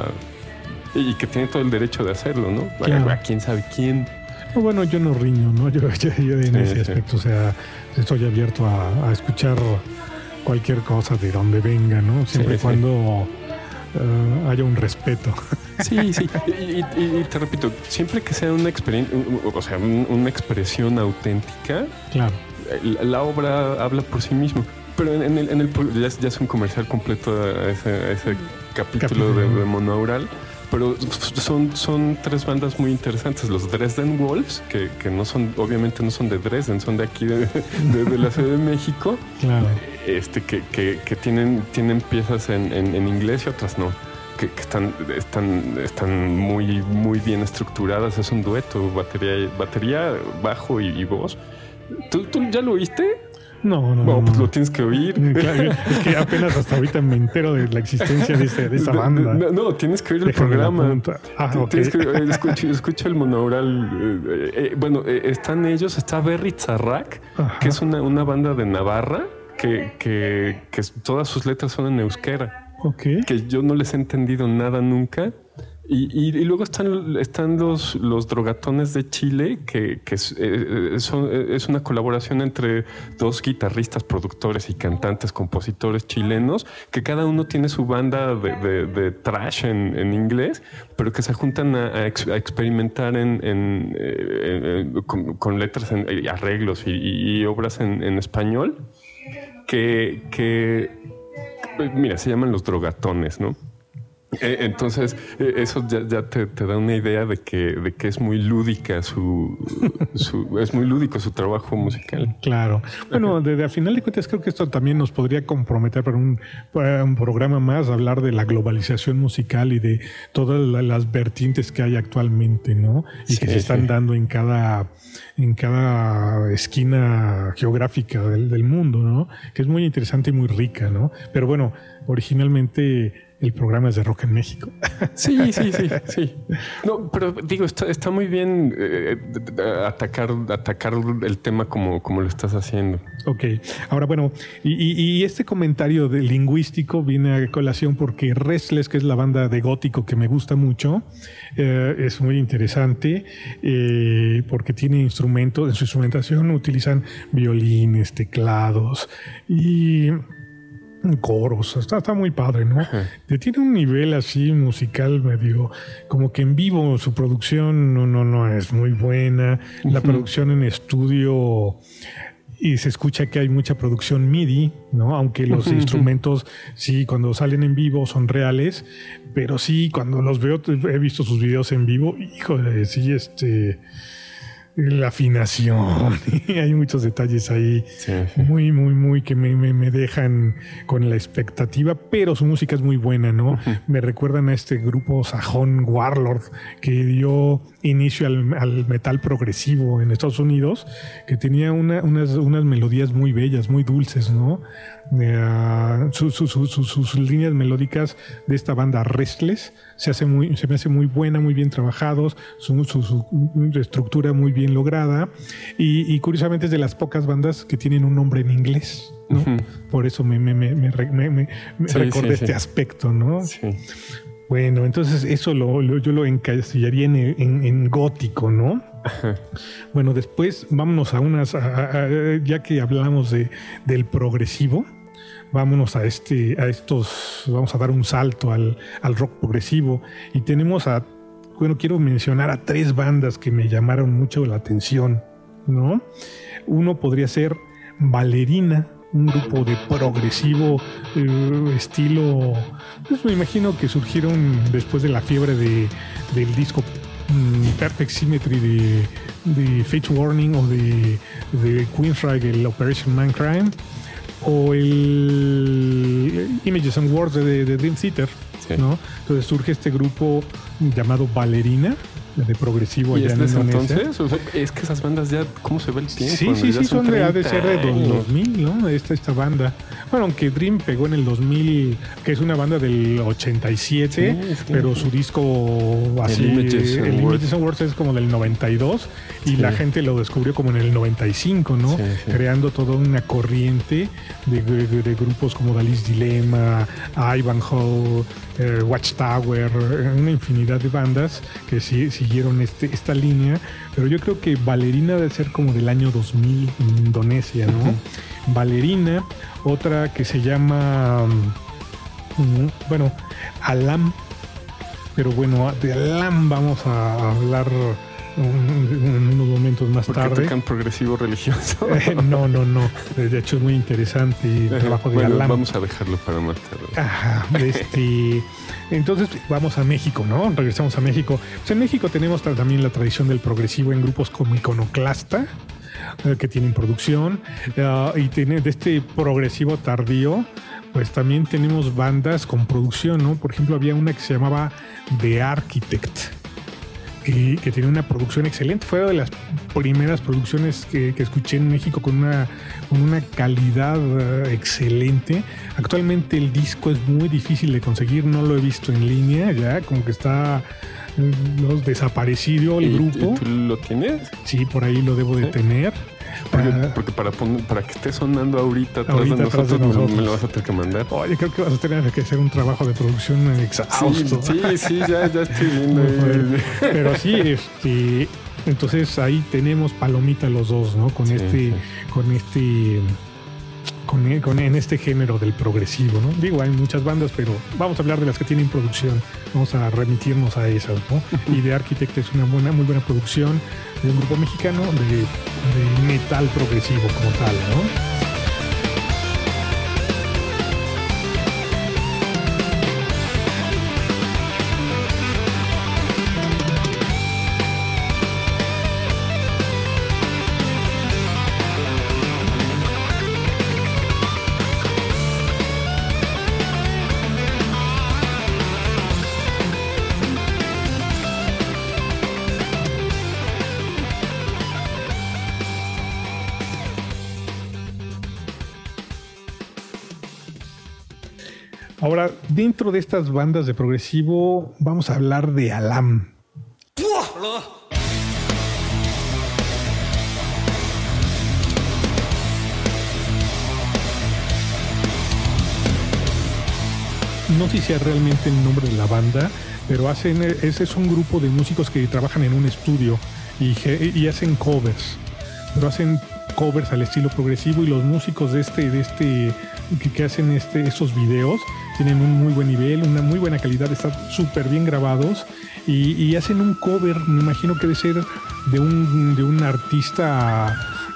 y que tiene todo el derecho de hacerlo, ¿no? Claro. A, a quién sabe quién. No, bueno, yo no riño, ¿no? Yo, yo, yo en sí, ese sí. aspecto, o sea, estoy abierto a, a escuchar cualquier cosa de donde venga, ¿no? Siempre y sí, cuando sí. Uh, haya un respeto. Sí, sí. Y, y, y te repito, siempre que sea una experiencia, o sea, una expresión auténtica, claro. la, la obra habla por sí mismo. Pero en, en el, en el ya, ya es un comercial completo a ese, a ese capítulo, capítulo. De, de monoaural. Pero son, son tres bandas muy interesantes. Los Dresden Wolves, que, que no son, obviamente no son de Dresden, son de aquí, de, de, de la Ciudad de México. Claro. Este, que, que, que tienen, tienen piezas en, en, en inglés y otras no. Que, que están, están, están muy, muy bien estructuradas. Es un dueto, batería, batería bajo y, y voz. ¿Tú, ¿Tú ya lo oíste? No, no, bueno, no. Pues lo tienes que oír. Claro, es que apenas hasta ahorita me entero de la existencia de, ese, de esa banda. No, no, tienes que oír el Déjame programa. Ah, okay. Tienes que escucha, escucha el monoaural. Eh, eh, bueno, eh, están ellos, está Berry Tzarrak, que es una, una banda de Navarra que, que, que todas sus letras son en euskera. Okay. Que yo no les he entendido nada nunca. Y, y, y luego están, están los, los Drogatones de Chile, que, que es, eh, son, es una colaboración entre dos guitarristas, productores y cantantes, compositores chilenos, que cada uno tiene su banda de, de, de thrash en, en inglés, pero que se juntan a, a, ex, a experimentar en, en, en, en, con, con letras, en, y arreglos y, y obras en, en español, que, que, mira, se llaman los Drogatones, ¿no? Entonces, eso ya, ya te, te da una idea de que, de que es muy lúdica su, su es muy lúdico su trabajo musical. Claro. Bueno, de, de, a final de cuentas creo que esto también nos podría comprometer para un, para un programa más, hablar de la globalización musical y de todas las vertientes que hay actualmente, ¿no? Y sí, que se están sí. dando en cada, en cada esquina geográfica del, del mundo, ¿no? Que es muy interesante y muy rica, ¿no? Pero bueno, originalmente el programa es de Rock en México. Sí, sí, sí, sí. No, pero digo, está, está muy bien eh, atacar, atacar el tema como, como lo estás haciendo. Ok. Ahora, bueno, y, y, y este comentario de lingüístico viene a colación porque Restless, que es la banda de gótico que me gusta mucho, eh, es muy interesante eh, porque tiene instrumentos, en su instrumentación utilizan violines, teclados y coros, está, está muy padre, ¿no? Ajá. Tiene un nivel así musical medio, como que en vivo su producción no, no, no es muy buena. La uh-huh. producción en estudio y se escucha que hay mucha producción MIDI, ¿no? Aunque los uh-huh. instrumentos, sí, cuando salen en vivo son reales, pero sí, cuando los veo, he visto sus videos en vivo, híjole, sí, este... la afinación, hay muchos detalles ahí sí, sí. muy, muy, muy que me, me, me dejan con la expectativa, pero su música es muy buena, ¿no? Uh-huh. Me recuerdan a este grupo sajón Warlord que dio inicio al, al metal progresivo en Estados Unidos, que tenía una, unas, unas melodías muy bellas, muy dulces, ¿no? Uh, su, su, su, su, sus líneas melódicas de esta banda Restless se hace muy, se me hace muy buena, muy bien trabajados, su, su, su estructura muy bien lograda y, y curiosamente es de las pocas bandas que tienen un nombre en inglés, ¿no? Uh-huh. Por eso me, me, me, me, me, me sí, recordé sí, este sí. aspecto, ¿no? Sí. Bueno, entonces eso lo, lo, yo lo encasillaría en, en, en gótico, ¿no? Ajá. Bueno, después vámonos a unas, a, a, a, ya que hablamos de, del progresivo, vámonos a este, a estos, vamos a dar un salto al, al rock progresivo y tenemos a, bueno, quiero mencionar a tres bandas que me llamaron mucho la atención, ¿no? Uno podría ser Valerina, un grupo de progresivo eh, estilo, pues me imagino que surgieron después de la fiebre de, del disco um, Perfect Symmetry de, de Fates Warning o de, de Queensryche, el Operation Mindcrime, o el Images and Words de, de Dream Theater, sí. ¿no? Entonces surge este grupo llamado Valerina, de progresivo allá en Indonesia. Entonces, o sea, es que esas bandas ya, ¿cómo se ve el tiempo? Sí, sí, sí, son de, ha de ser de dos mil, ¿no? Esta, esta banda. Bueno, aunque Dream pegó en el dos mil, que es una banda del ochenta y siete, sí, es que pero su disco así, el Images and Words. Words es como del noventa y dos y sí. la gente lo descubrió como en el noventa y cinco, ¿no? Sí, sí. Creando toda una corriente de, de, de grupos como Dali's Dilemma, Ivanhoe, eh, Watchtower, una infinidad de bandas que sí, siguieron este, esta línea, pero yo creo que Valerina debe ser como del año dos mil en Indonesia, ¿no? Uh-huh. Valerina, otra que se llama, um, bueno, Alam, pero bueno, de Alam vamos a hablar en unos momentos más ¿Por tarde. qué tocan progresivo religioso? Eh, no, no, no. De hecho es muy interesante el trabajo de bueno, Alam. Vamos a dejarlo para más tarde. Ajá, este, entonces vamos a México, ¿no? Regresamos a México. Pues en México tenemos también la tradición del progresivo en grupos como Iconoclasta, eh, que tienen producción, uh, y tiene de este progresivo tardío, pues también tenemos bandas con producción, ¿no? Por ejemplo, había una que se llamaba The Architect, que, que tenía una producción excelente. Fue de las primeras producciones que, que escuché en México con una, con una calidad uh, excelente. Actualmente el disco es muy difícil de conseguir, no lo he visto en línea, ya como que está uh, desaparecido el ¿Y, grupo. ¿Y tú lo tienes? Sí, por ahí lo debo de ¿Sí? tener. Porque, uh, porque para, poner, para que esté sonando ahorita atrás, ahorita de, nosotros, atrás de nosotros, me lo vas a tener que mandar. Oye, creo que vas a tener que hacer un trabajo de producción exhausto. Sí, sí, sí, ya, ya estoy viendo. Pero sí, este, entonces ahí tenemos palomita los dos, ¿no? Con sí, este, sí. con este, con, con en este género del progresivo, ¿no? Digo, hay muchas bandas, pero vamos a hablar de las que tienen producción. Vamos a remitirnos a esas, ¿no? Y The Architect es una buena, muy buena producción de un grupo mexicano de, de metal progresivo como tal, ¿no? Ahora, dentro de estas bandas de progresivo, vamos a hablar de Alam. No sé si sea realmente el nombre de la banda, pero hacen, ese es un grupo de músicos que trabajan en un estudio y, y hacen covers, pero hacen covers al estilo progresivo, y los músicos de este, de este que, que hacen este, estos videos tienen un muy buen nivel, una muy buena calidad, están súper bien grabados y, y hacen un cover, me imagino que debe ser de un, de un artista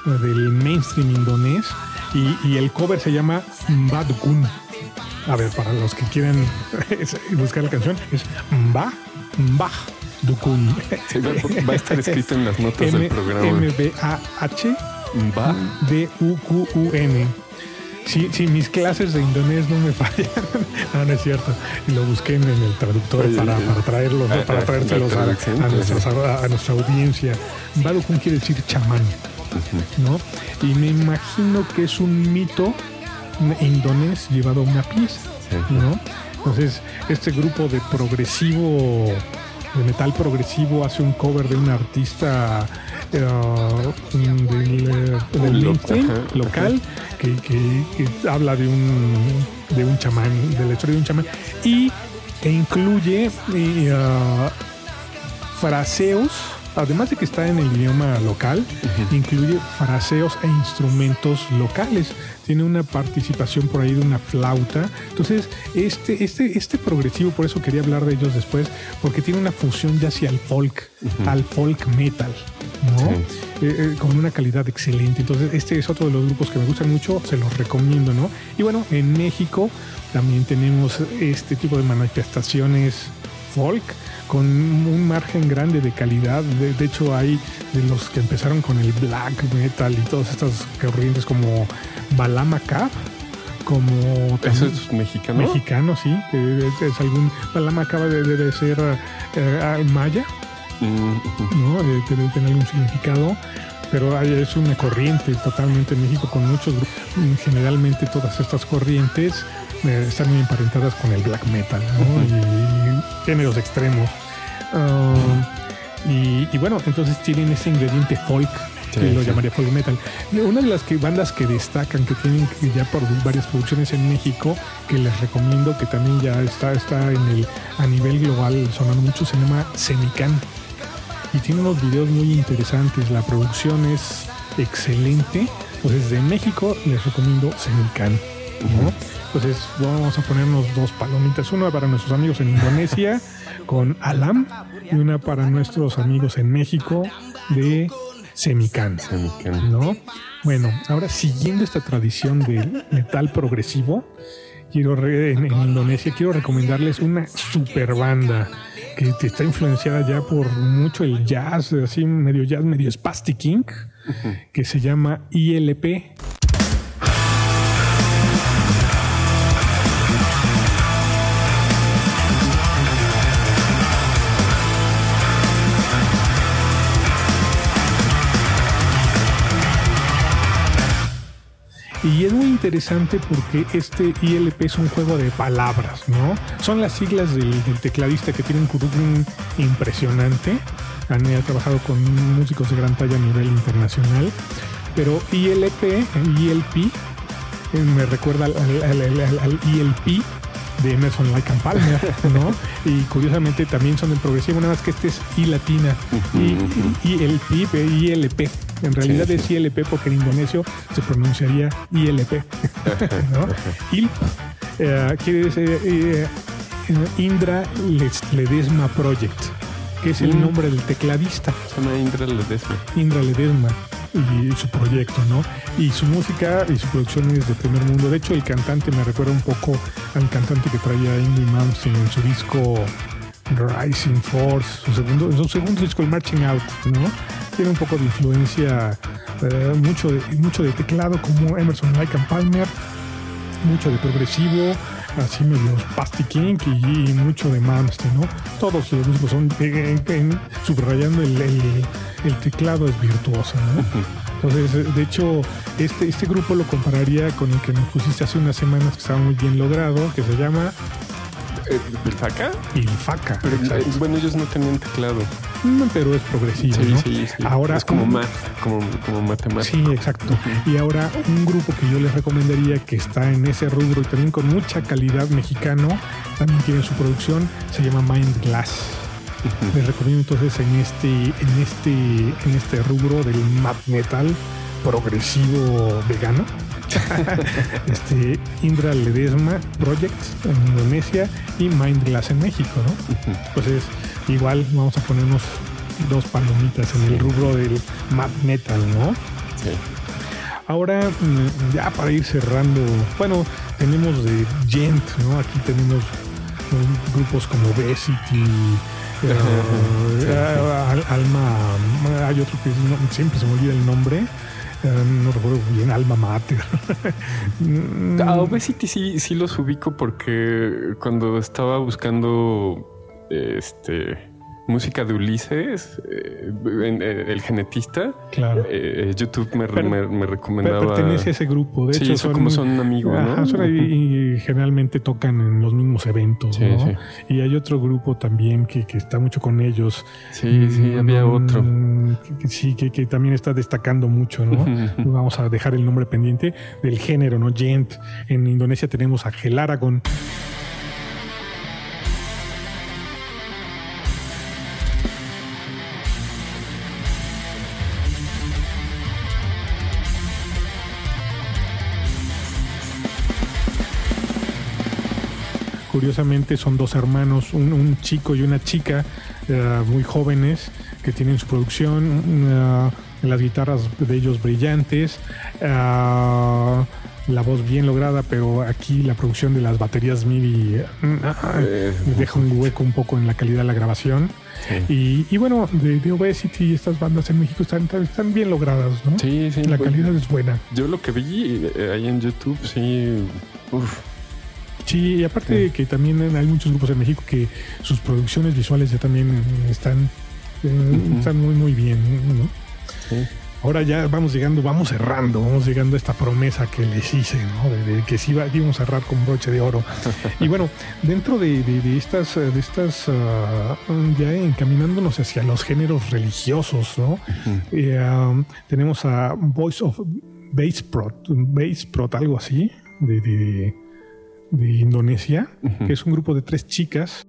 del mainstream indonés y, y el cover se llama Mba Dukun. A ver, para los que quieran buscar la canción, es Mba, Mba Dukun. Sí, va, va a estar escrito en las notas M- del programa. M B A H Mba D U Q U N. Si, si mis clases de indonés no me fallan, no, no es cierto. Y lo busqué en el traductor Oye, para, para traerlos, ¿no? ah, para ah, traérselos la a, traducción, a, pues, nuestros- a- a nuestra audiencia. Mba Dukun quiere decir chamán, ¿no? Y me imagino que es un mito indonés llevado a una pieza, ¿no? Entonces, este grupo de progresivo, de metal progresivo, hace un cover de un artista uh, del, eh, del Lo- mainstream ajá, local que, que- que habla de un de un chamán, de la historia de un chamán y e incluye eh, uh, fraseos. Además de que está en el idioma local, uh-huh. incluye fraseos e instrumentos locales. Tiene una participación por ahí de una flauta. Entonces, este, este, este progresivo, por eso quería hablar de ellos después, porque tiene una fusión ya hacia el folk, uh-huh. al folk metal, ¿no? Sí. Eh, eh, con una calidad excelente. Entonces, este es otro de los grupos que me gustan mucho, se los recomiendo, ¿no? Y bueno, en México también tenemos este tipo de manifestaciones folk con un margen grande de calidad. De, de hecho, hay de los que empezaron con el black metal y todas estas corrientes como Balama Cab, como... ¿Eso es mexicano? Mexicano, sí. Es, es algún... Balama Cab debe de ser uh, maya, mm-hmm. ¿no? Eh, debe tener algún significado. Pero hay, es una corriente totalmente en México con muchos grupos. Generalmente todas estas corrientes eh, están muy emparentadas con el black metal, ¿no? Y, y géneros extremos. Uh, y, y bueno, entonces tienen ese ingrediente folk, que sí, lo sí. llamaría folk metal. Una de las que, bandas que destacan, que tienen ya por varias producciones en México, que les recomiendo, que también ya está, está en el, a nivel global sonando mucho, se llama Semicán. Y tiene unos videos muy interesantes. La producción es excelente. Entonces, de México les recomiendo Semicán, ¿no? Uh-huh. Entonces, vamos a ponernos dos palomitas. Una para nuestros amigos en Indonesia con Alam y una para nuestros amigos en México de Semicán, Semicán. ¿no? Bueno, ahora siguiendo esta tradición del metal progresivo, quiero re- en, en Indonesia quiero recomendarles una super banda que está influenciada ya por mucho el jazz, así medio jazz, medio spastic inc, uh-huh. que se llama I L P. Y es muy interesante porque este I L P es un juego de palabras, ¿no? Son las siglas del, del tecladista, que tiene un currículum impresionante. Han eh, trabajado con músicos de gran talla a nivel internacional. Pero I L P, I L P, eh, me recuerda al, al, al, al, al I L P de Emerson, Lake and Palmer, ¿no? Y curiosamente también son del progresivo, nada más que este es I latina. Y I L P, I L P. En realidad sí, sí. es I L P porque en indonesio se pronunciaría I L P, ¿no? I L P eh, quiere decir eh, Indra Ledesma Project, que es el mm. nombre del tecladista. Se llama Indra Ledesma. Indra Ledesma y su proyecto, ¿no? Y su música y su producción es de primer mundo. De hecho, el cantante me recuerda un poco al cantante que traía Ingrid Malmsteen en su disco Rising Force, su segundo, su segundo disco, el Marching Out, ¿no? Tiene un poco de influencia, eh, mucho, de, mucho de teclado como Emerson, Lake and Palmer, mucho de progresivo, así medio spastic inc y, y mucho de Malmsteen, ¿no? Todos los músicos son eh, eh, subrayando el, el, el teclado es virtuoso, ¿no? Entonces, de hecho, este, este grupo lo compararía con el que nos pusiste hace unas semanas, que estaba muy bien logrado, que se llama ¿El Faca? El Faca. Pero, eh, bueno, ellos no tenían teclado. No, pero es progresivo, sí, ¿no? Sí, sí. Ahora, es como un, math, como, como matemático. Sí, exacto. Uh-huh. Y ahora un grupo que yo les recomendaría, que está en ese rubro y también con mucha calidad mexicano, también tiene su producción, se llama Mind Glass. Uh-huh. Les recomiendo entonces en este, en este, en este rubro del math metal progresivo vegano. este Indra Ledesma Project en Indonesia y Mind Glass en México, ¿no? Uh-huh. Entonces, igual vamos a ponernos dos palomitas en el rubro del math metal, ¿no? Sí. Ahora, ya para ir cerrando, bueno, tenemos de Gent, ¿no? Aquí tenemos um, grupos como Obesity, uh, sí, uh, sí. Alma, hay otro que no, siempre se me olvida el nombre. Uh, no recuerdo bien, Alma Mater. A Obesity sí, sí los ubico porque cuando estaba buscando este música de Ulises, eh, en, eh, el genetista, claro. eh, YouTube me, pero, me, me recomendaba. Pertenece a ese grupo, de sí, hecho. Son, como son amigos, ¿no? Ajá, son ahí, y generalmente tocan en los mismos eventos, sí, ¿no? Sí. Y hay otro grupo también que, que está mucho con ellos. Sí, sí, mm, había otro. Que, sí, que, que también está destacando mucho, ¿no? Vamos a dejar el nombre pendiente del género, ¿no? Gent. En Indonesia tenemos a Gelaragon. Curiosamente son dos hermanos, un, un chico y una chica uh, muy jóvenes que tienen su producción, uh, las guitarras de ellos brillantes, uh, la voz bien lograda, pero aquí la producción de las baterías MIDI uh, eh, deja un hueco un poco en la calidad de la grabación. Sí. Y, y bueno, de, de Obesity y estas bandas en México están, están bien logradas, ¿no? Sí, sí. La calidad es buena. Yo lo que vi eh, ahí en YouTube, sí... Uf. Sí, y aparte sí. que también hay muchos grupos en México que sus producciones visuales ya también están, eh, uh-huh. están muy muy bien, ¿no? Sí. Ahora ya vamos llegando, vamos cerrando, vamos llegando a esta promesa que les hice, ¿no? De, de que sí va, íbamos a cerrar con broche de oro. Y bueno, dentro de, de, de estas, de estas uh, ya encaminándonos hacia los géneros religiosos, ¿no? Uh-huh. Eh, um, tenemos a Voice of Bass Prot, Bass Prot, algo así, de, de de Indonesia, uh-huh. que es un grupo de tres chicas.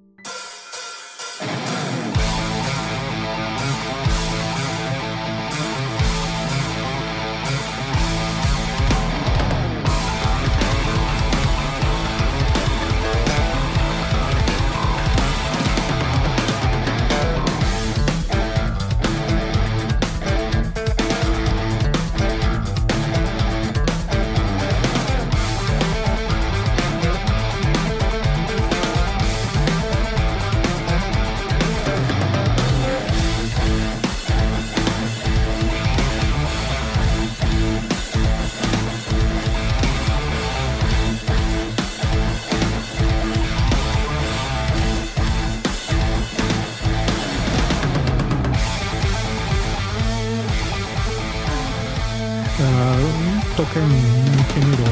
Tocan un género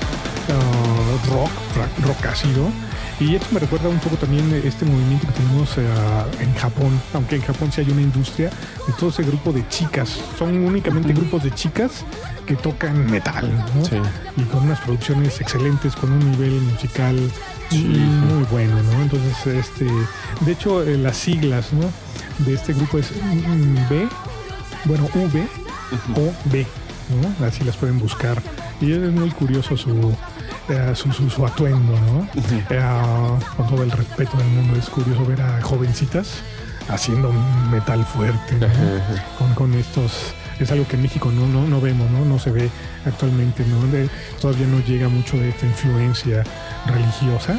uh, rock, rock, rock ácido. Y esto me recuerda un poco también este movimiento que tenemos uh, en Japón, aunque en Japón sí hay una industria de todo ese grupo de chicas. Son únicamente grupos de chicas que tocan metal, ¿no? Sí. Y con unas producciones excelentes, con un nivel musical sí. muy bueno, ¿no? Entonces, este, de hecho, eh, las siglas, ¿no? de este grupo es B, bueno, V o B, ¿no? Así las pueden buscar. Y es muy curioso su, uh, su, su, su atuendo, ¿no? Uh, con todo el respeto del mundo, es curioso ver a jovencitas haciendo metal fuerte, ¿no? con, con estos... Es algo que en México no, no, no vemos, ¿no? No se ve actualmente, ¿no? De, todavía no llega mucho de esta influencia religiosa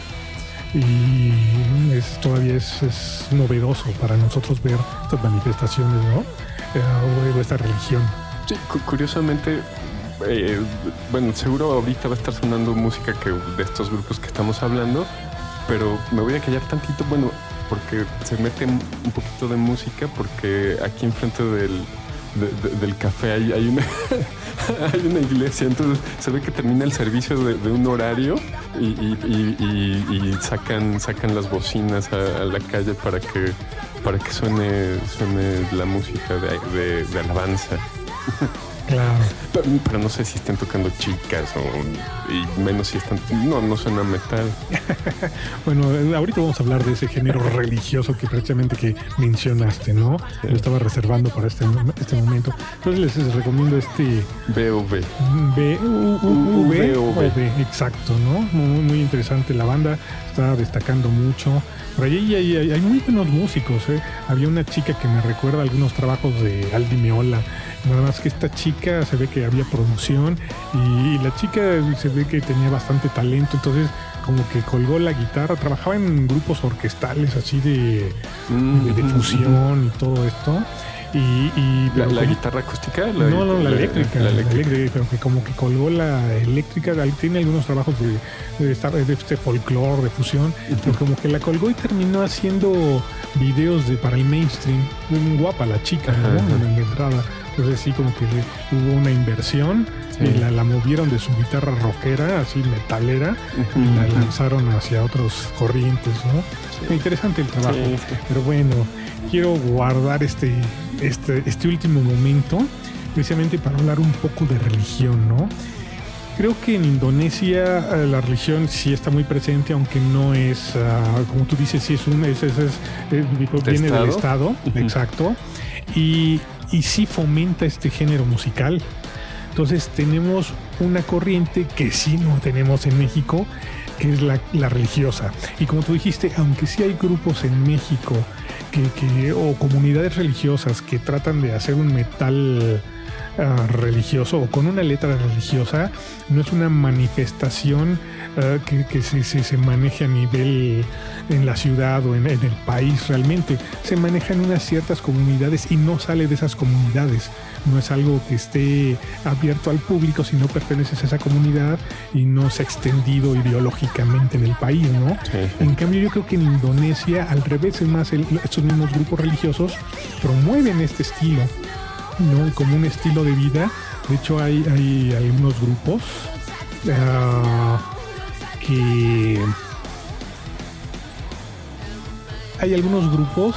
y es, todavía es, es novedoso para nosotros ver estas manifestaciones, ¿no? Eh, o esta religión. Sí, cu- curiosamente, eh, bueno, seguro ahorita va a estar sonando música que de estos grupos que estamos hablando, pero me voy a callar tantito, bueno, porque se mete un poquito de música, porque aquí enfrente del De, de, del café hay, hay una hay una iglesia, entonces se ve que termina el servicio de, de un horario y, y, y, y, y sacan sacan las bocinas a, a la calle para que para que suene suene la música de, de, de alabanza. Claro. Pero, pero no sé si están tocando chicas o y menos si están... No, no suena metal. Bueno, ahorita vamos a hablar de ese género religioso que precisamente que mencionaste, ¿no? Sí. Lo estaba reservando para este, este momento. Entonces les recomiendo este... B O V. B U V O V, exacto, ¿no? Muy, muy interesante la banda, está destacando mucho. Por ahí hay, hay, hay muy buenos músicos, ¿eh? Había una chica que me recuerda algunos trabajos de Aldi Meola Nada más que esta chica se ve que había producción y, y la chica se ve que tenía bastante talento, entonces como que colgó la guitarra, trabajaba en grupos orquestales así de, mm, de, de fusión mm, y todo esto. Y, y ¿La, la como, guitarra acústica? La, no, no, la, la, eléctrica, la, eléctrica. la eléctrica. Pero que como que colgó la eléctrica, tiene algunos trabajos de, de, de, de este folclore, de fusión, uh-huh. pero como que la colgó y terminó haciendo videos de, para el mainstream. Muy guapa la chica, uh-huh. ¿no? En la entrada. Entonces sí, como que le, hubo una inversión sí. y la, la movieron de su guitarra rockera, así metalera, uh-huh. y la lanzaron hacia otros corrientes, ¿no? Sí. Interesante el trabajo. Sí, sí. Pero bueno, quiero guardar este, este, este último momento precisamente para hablar un poco de religión, ¿no? Creo que en Indonesia la religión sí está muy presente, aunque no es, uh, como tú dices, sí es un, es, es, es, es viene estado? del Estado, uh-huh. exacto, y, y sí fomenta este género musical. Entonces tenemos una corriente que sí no tenemos en México, que es la, la religiosa. Y como tú dijiste, aunque sí hay grupos en México que, que, o comunidades religiosas que tratan de hacer un metal uh, religioso o con una letra religiosa, no es una manifestación uh, que, que se, se, se maneje a nivel en la ciudad o en, en el país realmente. Se maneja en unas ciertas comunidades y no sale de esas comunidades. No es algo que esté abierto al público, si no perteneces a esa comunidad y no se ha extendido ideológicamente en el país, ¿no? Sí, sí. En cambio, yo creo que en Indonesia, al revés, es más, el, estos mismos grupos religiosos promueven este estilo, ¿no? Como un estilo de vida. De hecho, hay, hay algunos grupos uh, que... Hay algunos grupos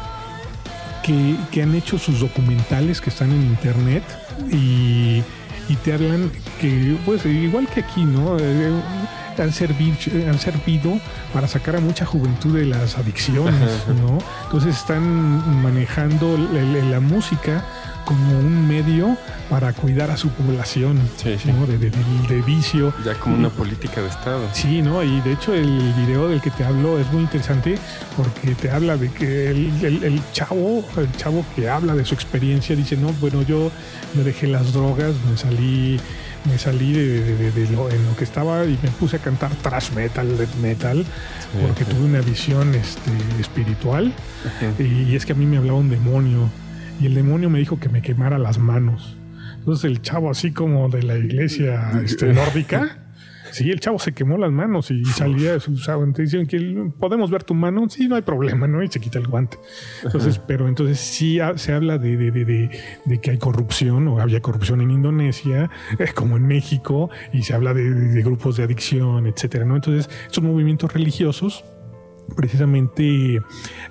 Que, que han hecho sus documentales que están en internet y, y te hablan que, pues, igual que aquí, ¿no? Eh, han, servir, han servido para sacar a mucha juventud de las adicciones, ¿no? Entonces están manejando la, la música como un medio para cuidar a su población, sí, sí. ¿no? de, de, de, de vicio. Ya como una política de Estado. Sí, ¿no? Y de hecho el video del que te hablo es muy interesante porque te habla de que el, el, el chavo, el chavo que habla de su experiencia dice, no, bueno, yo me dejé las drogas, me salí, me salí de, de, de, de lo, en lo que estaba y me puse a cantar thrash metal, death metal, sí, porque sí. tuve una visión este, espiritual. Uh-huh. Y, y es que a mí me hablaba un demonio. Y el demonio me dijo que me quemara las manos. Entonces el chavo, así como de la iglesia este, nórdica, sí, el chavo se quemó las manos y salía de su sábado. Te dicen que podemos ver tu mano, sí, no hay problema, ¿no? Y se quita el guante. Entonces, uh-huh. pero entonces sí se habla de, de, de, de, de que hay corrupción, o había corrupción en Indonesia, eh, como en México, y se habla de, de grupos de adicción, etcétera, ¿no? Entonces, estos movimientos religiosos, precisamente,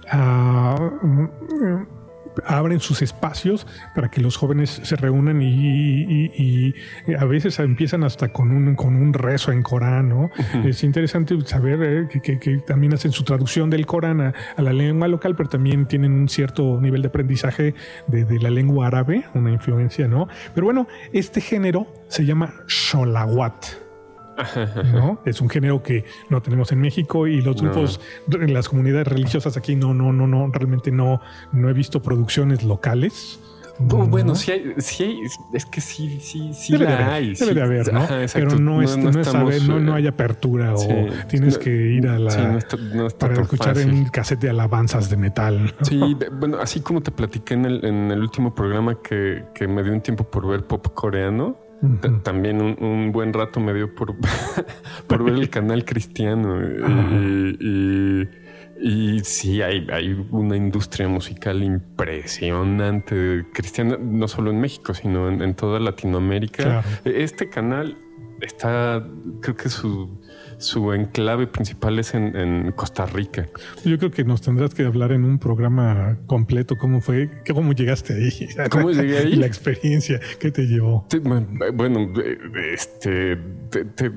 uh, abren sus espacios para que los jóvenes se reúnan y, y, y a veces empiezan hasta con un, con un rezo en Corán, ¿no? Uh-huh. Es interesante saber eh, que, que, que también hacen su traducción del Corán a, a la lengua local, pero también tienen un cierto nivel de aprendizaje de, de la lengua árabe, una influencia, ¿no? Pero bueno, este género se llama Sholawat, ¿no? Es un género que no tenemos en México y los grupos no. en las comunidades religiosas aquí no, no, no, no, realmente no, no he visto producciones locales. No, bueno, sí hay, sí hay, es que sí, sí, sí debe la de haber, hay. Debe sí, de haber, ¿no? Ajá, pero no, es, no, no, no, estamos, es saber, no, no hay apertura sí, o tienes no, que ir a la sí, no está, no está para escuchar fácil. En un cassette de alabanzas de metal, ¿no? Sí, de, bueno, así como te platiqué en el, en el último programa que, que me dio un tiempo por ver pop coreano. Uh-huh. T- también un, un buen rato me dio por, por ver el canal cristiano. Uh-huh. y, y, y sí, hay, hay una industria musical impresionante cristiana, no solo en México, sino en, en toda Latinoamérica. Claro. Este canal está, creo que su, su enclave principal es en, en Costa Rica. Yo creo que nos tendrás que hablar en un programa completo cómo fue, cómo llegaste ahí. ¿Cómo llegué ahí? La experiencia, ¿qué te llevó? Bueno, este... Te, te,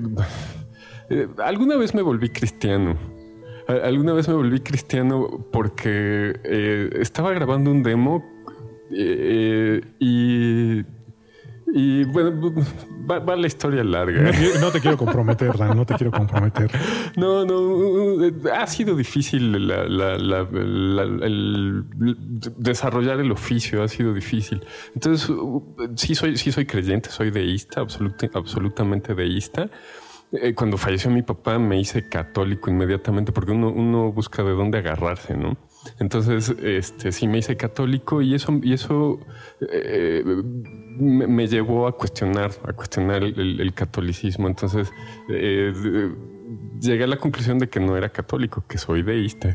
alguna vez me volví cristiano. Alguna vez me volví cristiano porque eh, estaba grabando un demo eh, y... Y bueno, va, va la historia larga. No, no te quiero comprometer, Dan, no te quiero comprometer. No, no, ha sido difícil la, la, la, la, el desarrollar el oficio, ha sido difícil. Entonces, sí soy, sí soy creyente, soy deísta, absolut, absolutamente deísta. Cuando falleció mi papá me hice católico inmediatamente porque uno, uno busca de dónde agarrarse, ¿no? Entonces, este, sí me hice católico y eso, y eso eh, me, me llevó a cuestionar, a cuestionar el, el catolicismo. Entonces, eh, llegué a la conclusión de que no era católico, que soy deísta.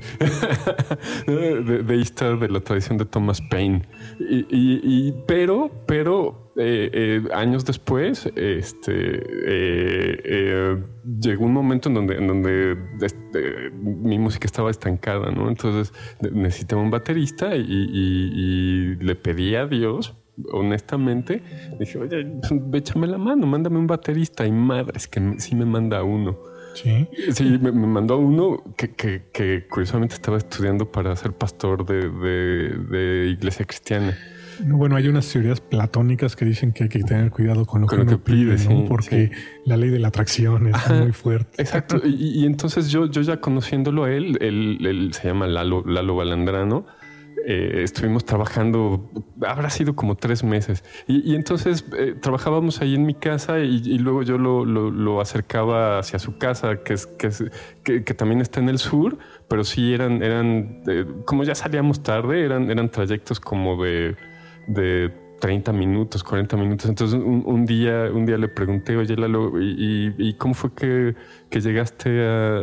de, deísta de la tradición de Thomas Paine. Y, y, y, pero, pero eh, eh, años después, este, eh, eh, llegó un momento en donde, en donde este, mi música estaba estancada, ¿no? Entonces necesitaba un baterista y, y, y le pedí a Dios, honestamente, dije, oye, échame la mano, mándame un baterista. Y madres, que sí me manda uno. Sí, sí me, me mandó uno que, que, que curiosamente estaba estudiando para ser pastor de, de, de iglesia cristiana. Bueno, hay unas teorías platónicas que dicen que hay que tener cuidado con lo con que lo uno que pide, pide, ¿no? sí, Porque sí. la ley de la atracción es Ajá, muy fuerte. Exacto. Y, y entonces yo, yo ya conociéndolo a él, él, él se llama Lalo, Lalo Balandrano. Eh, estuvimos trabajando, habrá sido como tres meses. Y, y entonces eh, trabajábamos ahí en mi casa y, y luego yo lo, lo, lo acercaba hacia su casa, que, es, que, es, que, que también está en el sur, pero sí eran, eran eh, como ya salíamos tarde, eran, eran trayectos como de, de treinta minutos, cuarenta minutos. Entonces un, un, día, un día le pregunté, oye Lalo, ¿y, y, y cómo fue que, que llegaste a,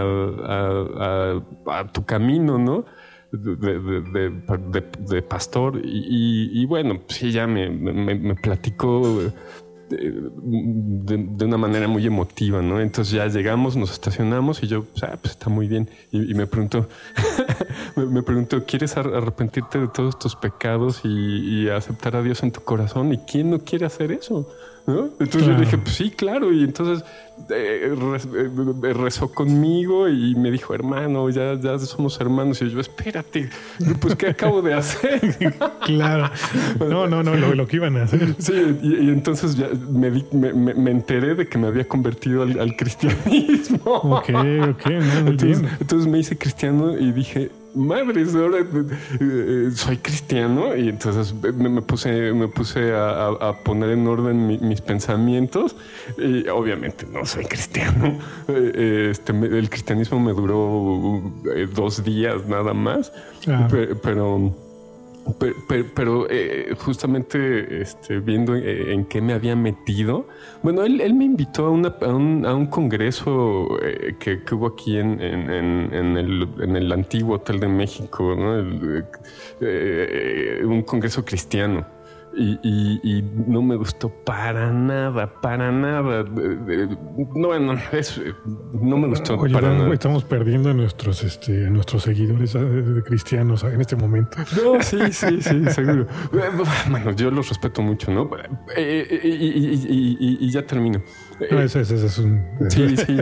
a, a, a, a tu camino, no? De, de, de, de, de pastor y, y, y bueno, sí, ya me, me, me platicó de, de, de una manera muy emotiva, ¿no? Entonces ya llegamos, nos estacionamos y yo, ah, pues está muy bien. Y, y me preguntó, me, me preguntó, ¿quieres arrepentirte de todos tus pecados y, y aceptar a Dios en tu corazón? ¿Y quién no quiere hacer eso? ¿No? Entonces claro. Yo dije, pues sí, claro. Y entonces eh, re, rezó conmigo y me dijo, hermano, ya, ya somos hermanos. Y yo, espérate, pues ¿qué acabo de hacer? Claro. No, no, no, lo, lo que iban a hacer. Sí, y, y entonces ya me, di, me, me, me enteré de que me había convertido al, al cristianismo. Ok, ok, no, muy entonces, bien. Entonces me hice cristiano y dije, madres, ahora eh, soy cristiano. Y entonces me, me puse, me puse a, a poner en orden mi, mis pensamientos. Y obviamente no soy cristiano. Este, el cristianismo me duró dos días nada más. Ah. Pero, pero Pero, pero, pero eh, justamente este, viendo en, en qué me había metido, bueno, él, él me invitó a, una, a, un, a un congreso eh, que, que hubo aquí en, en, en, en, el, en el antiguo Hotel de México, ¿no? El, eh, un congreso cristiano. Y, y, y no me gustó para nada, para nada. No, bueno, es, no me gustó Oye, para bueno, nada. Estamos perdiendo a nuestros, este, a nuestros seguidores cristianos en este momento. No, sí, sí, sí, seguro. Bueno, yo los respeto mucho, ¿no? Eh, y, y, y, y, y ya termino. No, ese, ese, ese es un... Sí, sí.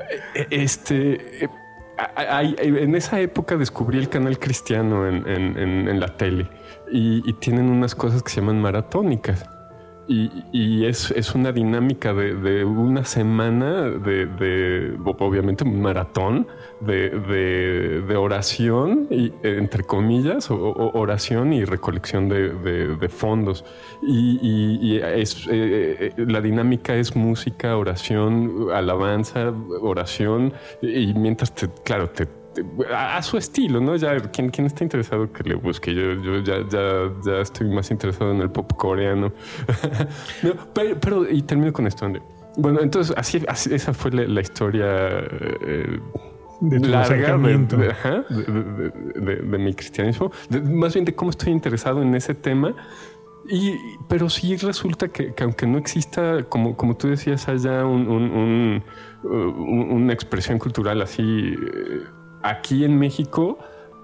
Este... En esa época descubrí el canal cristiano en, en, en, en la tele y, y tienen unas cosas que se llaman maratónicas y, y es, es una dinámica de, de una semana de, de obviamente un maratón de, de, de oración y, entre comillas, o, o oración y recolección de, de, de fondos y, y, y es, eh, la dinámica es música, oración, alabanza, oración y mientras te, claro, te a su estilo, ¿no? Ya quien, quien está interesado que le busque. Yo, yo ya, ya, ya estoy más interesado en el pop coreano. No, pero, pero, y termino con esto, André. Bueno, entonces así, así esa fue la, la historia eh, de tu larga de, de, ajá, de, de, de, de mi cristianismo. De, más bien de cómo estoy interesado en ese tema. Y, pero sí resulta que, que aunque no exista, como, como tú decías, haya un, un, un, un, una expresión cultural así... Eh, aquí en México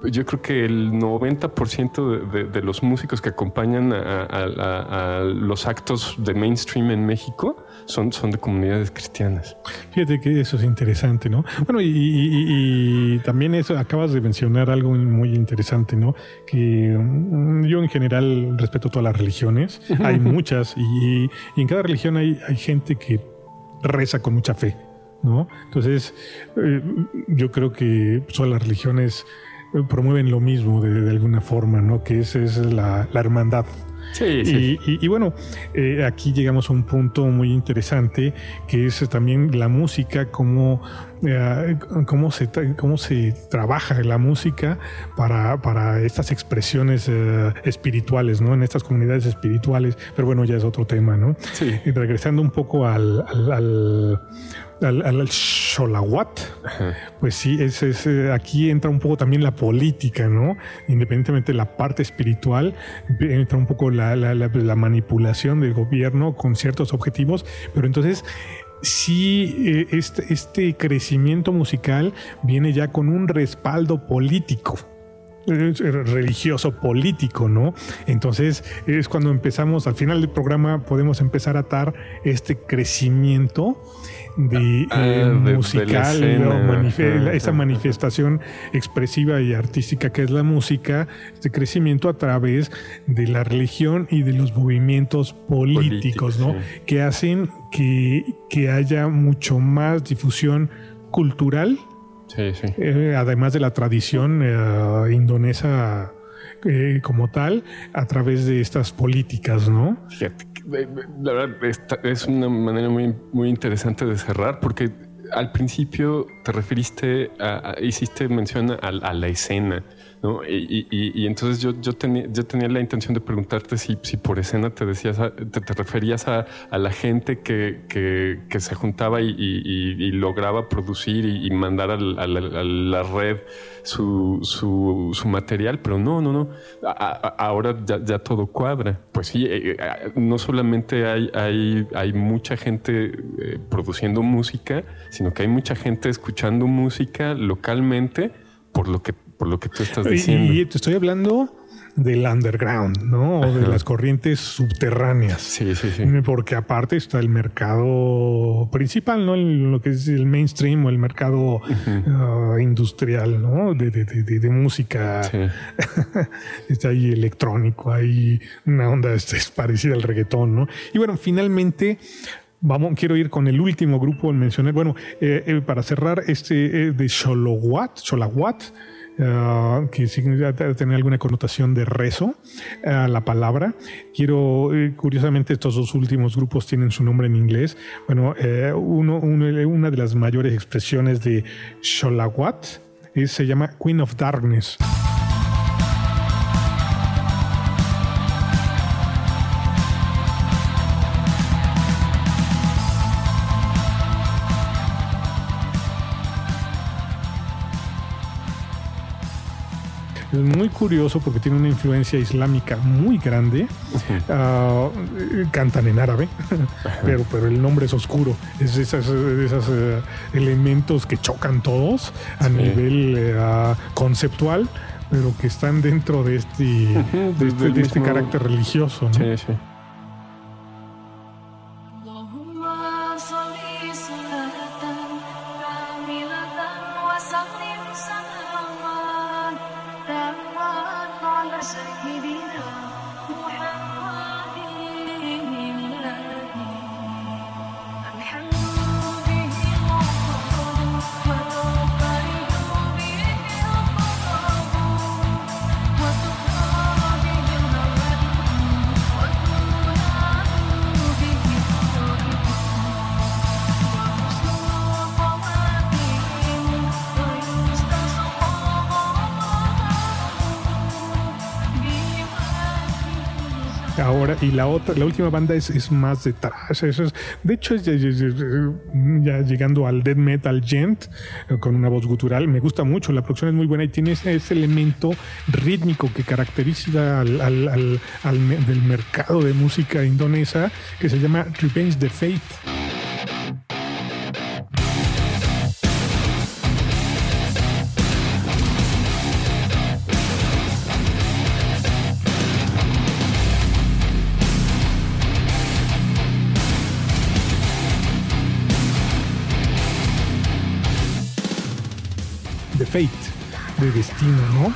yo creo que el noventa por ciento de, de, de los músicos que acompañan a, a, a, a los actos de mainstream en México son, son de comunidades cristianas. Fíjate que eso es interesante, ¿no? Bueno, y, y, y también eso, acabas de mencionar algo muy interesante, ¿no? Que um, yo en general respeto todas las religiones, hay muchas, y, y en cada religión hay, hay gente que reza con mucha fe, ¿no? Entonces, eh, yo creo que todas las religiones promueven lo mismo de, de alguna forma, ¿no? Que esa es la, la hermandad. Sí, sí. Y, y, y bueno, eh, aquí llegamos a un punto muy interesante, que es también la música, cómo, eh, cómo, se, cómo se trabaja la música para, para estas expresiones eh, espirituales, ¿no? En estas comunidades espirituales, pero bueno, ya es otro tema, ¿no? Sí. Y regresando un poco al... al, al Al, al Xoloahuac, pues sí, es, es, aquí entra un poco también la política, ¿no? Independientemente de la parte espiritual, entra un poco la, la, la, la manipulación del gobierno con ciertos objetivos, pero entonces sí, este, este crecimiento musical viene ya con un respaldo político, religioso, político, ¿no? Entonces es cuando empezamos, al final del programa podemos empezar a atar este crecimiento de, ah, eh, de musical, de ¿no? Manif- ah, esa ah, manifestación expresiva y artística que es la música, este crecimiento a través de la religión y de los movimientos políticos, Político, ¿no? Sí. Que hacen que, que haya mucho más difusión cultural. Sí, sí. Eh, además de la tradición eh, indonesa eh, como tal, a través de estas políticas, ¿no? Fíjate, la verdad, esta es una manera muy, muy interesante de cerrar, porque al principio te referiste a, a hiciste mención a, a la escena, ¿no? Y, y, y entonces yo, yo, tenía, yo tenía la intención de preguntarte si, si por escena te decías a, te, te referías a, a la gente que, que, que se juntaba y, y, y lograba producir y, y mandar a la, a la, a la red su, su, su material, pero no, no, no. A, a, ahora ya, ya todo cuadra. Pues sí, eh, eh, no solamente hay, hay, hay mucha gente eh, produciendo música, sino que hay mucha gente escuchando música localmente por lo que por lo que tú estás diciendo. Y, y te estoy hablando del underground, ¿no? O de las corrientes subterráneas. Sí, sí, sí. Porque aparte está el mercado principal, ¿no? El, lo que es el mainstream o el mercado uh-huh. uh, industrial, ¿no? De, de, de, de música. Sí. Está ahí electrónico, hay una onda este, es parecida al reggaetón, ¿no? Y bueno, finalmente... Vamos, quiero ir con el último grupo al mencionar. Bueno, eh, eh, para cerrar, este eh, de Xoloahuac, Xoloahuac, uh, que significa tener alguna connotación de rezo, uh, la palabra. Quiero, eh, curiosamente, estos dos últimos grupos tienen su nombre en inglés. Bueno, eh, uno, uno, una de las mayores expresiones de Xoloahuac es, se llama Queen of Darkness. Es muy curioso porque tiene una influencia islámica muy grande. Uh-huh. Uh, cantan en árabe, pero, pero el nombre es oscuro. Es de esos uh, elementos que chocan todos a sí. nivel uh, conceptual, pero que están dentro de este, uh-huh. de este, de este mismo... carácter religioso, ¿no? Sí, sí. Ahora, y la otra, la última banda es, es más de thrash. Eso es, de hecho, es ya, ya, ya llegando al death metal gent con una voz gutural. Me gusta mucho, la producción es muy buena y tiene ese, ese elemento rítmico que caracteriza al, al, al, al del mercado de música indonesa, que se llama Revenge the Faith. the Fate, de Destino, ¿no?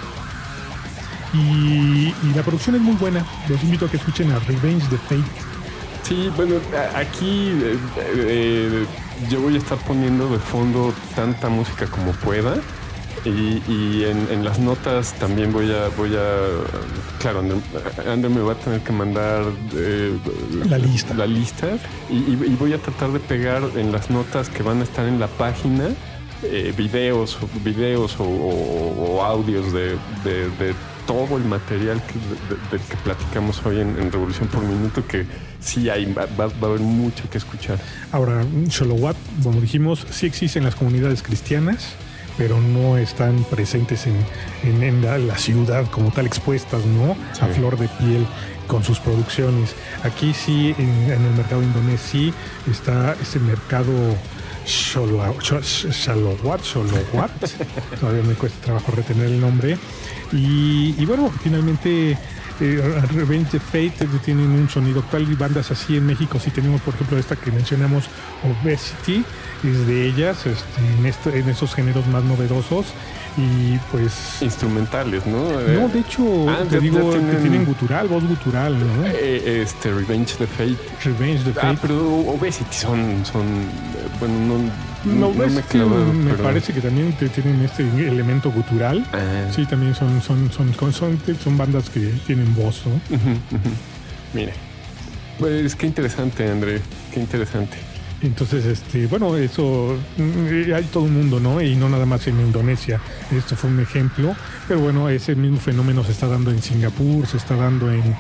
Y, y la producción es muy buena. Los invito a que escuchen a Revenge the Fate. Sí, bueno, aquí eh, eh, yo voy a estar poniendo de fondo tanta música como pueda. Y, y en, en las notas también voy a, voy a claro, André me va a tener que mandar eh, la lista, la lista y, y, y voy a tratar de pegar en las notas que van a estar en la página eh, videos, videos o, o, o audios de, de, de todo el material que, de, de que platicamos hoy en, en Revolución por Minuto, que sí hay, va, va a haber mucho que escuchar. Ahora, Shalom, como dijimos, sí existen las comunidades cristianas, pero no están presentes en, en, en la, la ciudad como tal, expuestas, ¿no? Sí. A flor de piel con sus producciones. Aquí sí, en, en el mercado indonés sí está ese mercado Shalowat, Shalowat, Shalowat. Todavía me cuesta trabajo retener el nombre. Y, y bueno, finalmente eh, Revenge the Fate tienen un sonido actual y bandas así en México. Sí tenemos, por ejemplo, esta que mencionamos, Obesity, es de ellas, este, en, esto, en esos géneros más novedosos y pues instrumentales, ¿no? No, de hecho, ah, te ya, digo ya tienen, que tienen gutural, voz gutural, ¿no? Eh, este Revenge the Fate. Revenge the Fate. Ah, pero Obesity son, son bueno, no, no, no, no me, clavado, me pero... parece que también tienen este elemento gutural. Ah. Sí, también son son, son son son son bandas que tienen voz, ¿no? Uh-huh, uh-huh. Mire, pues qué interesante, André, qué interesante. Entonces, este, bueno, eso hay todo un mundo, ¿no? Y no nada más en Indonesia. Esto fue un ejemplo, pero bueno, ese mismo fenómeno se está dando en Singapur, se está dando en,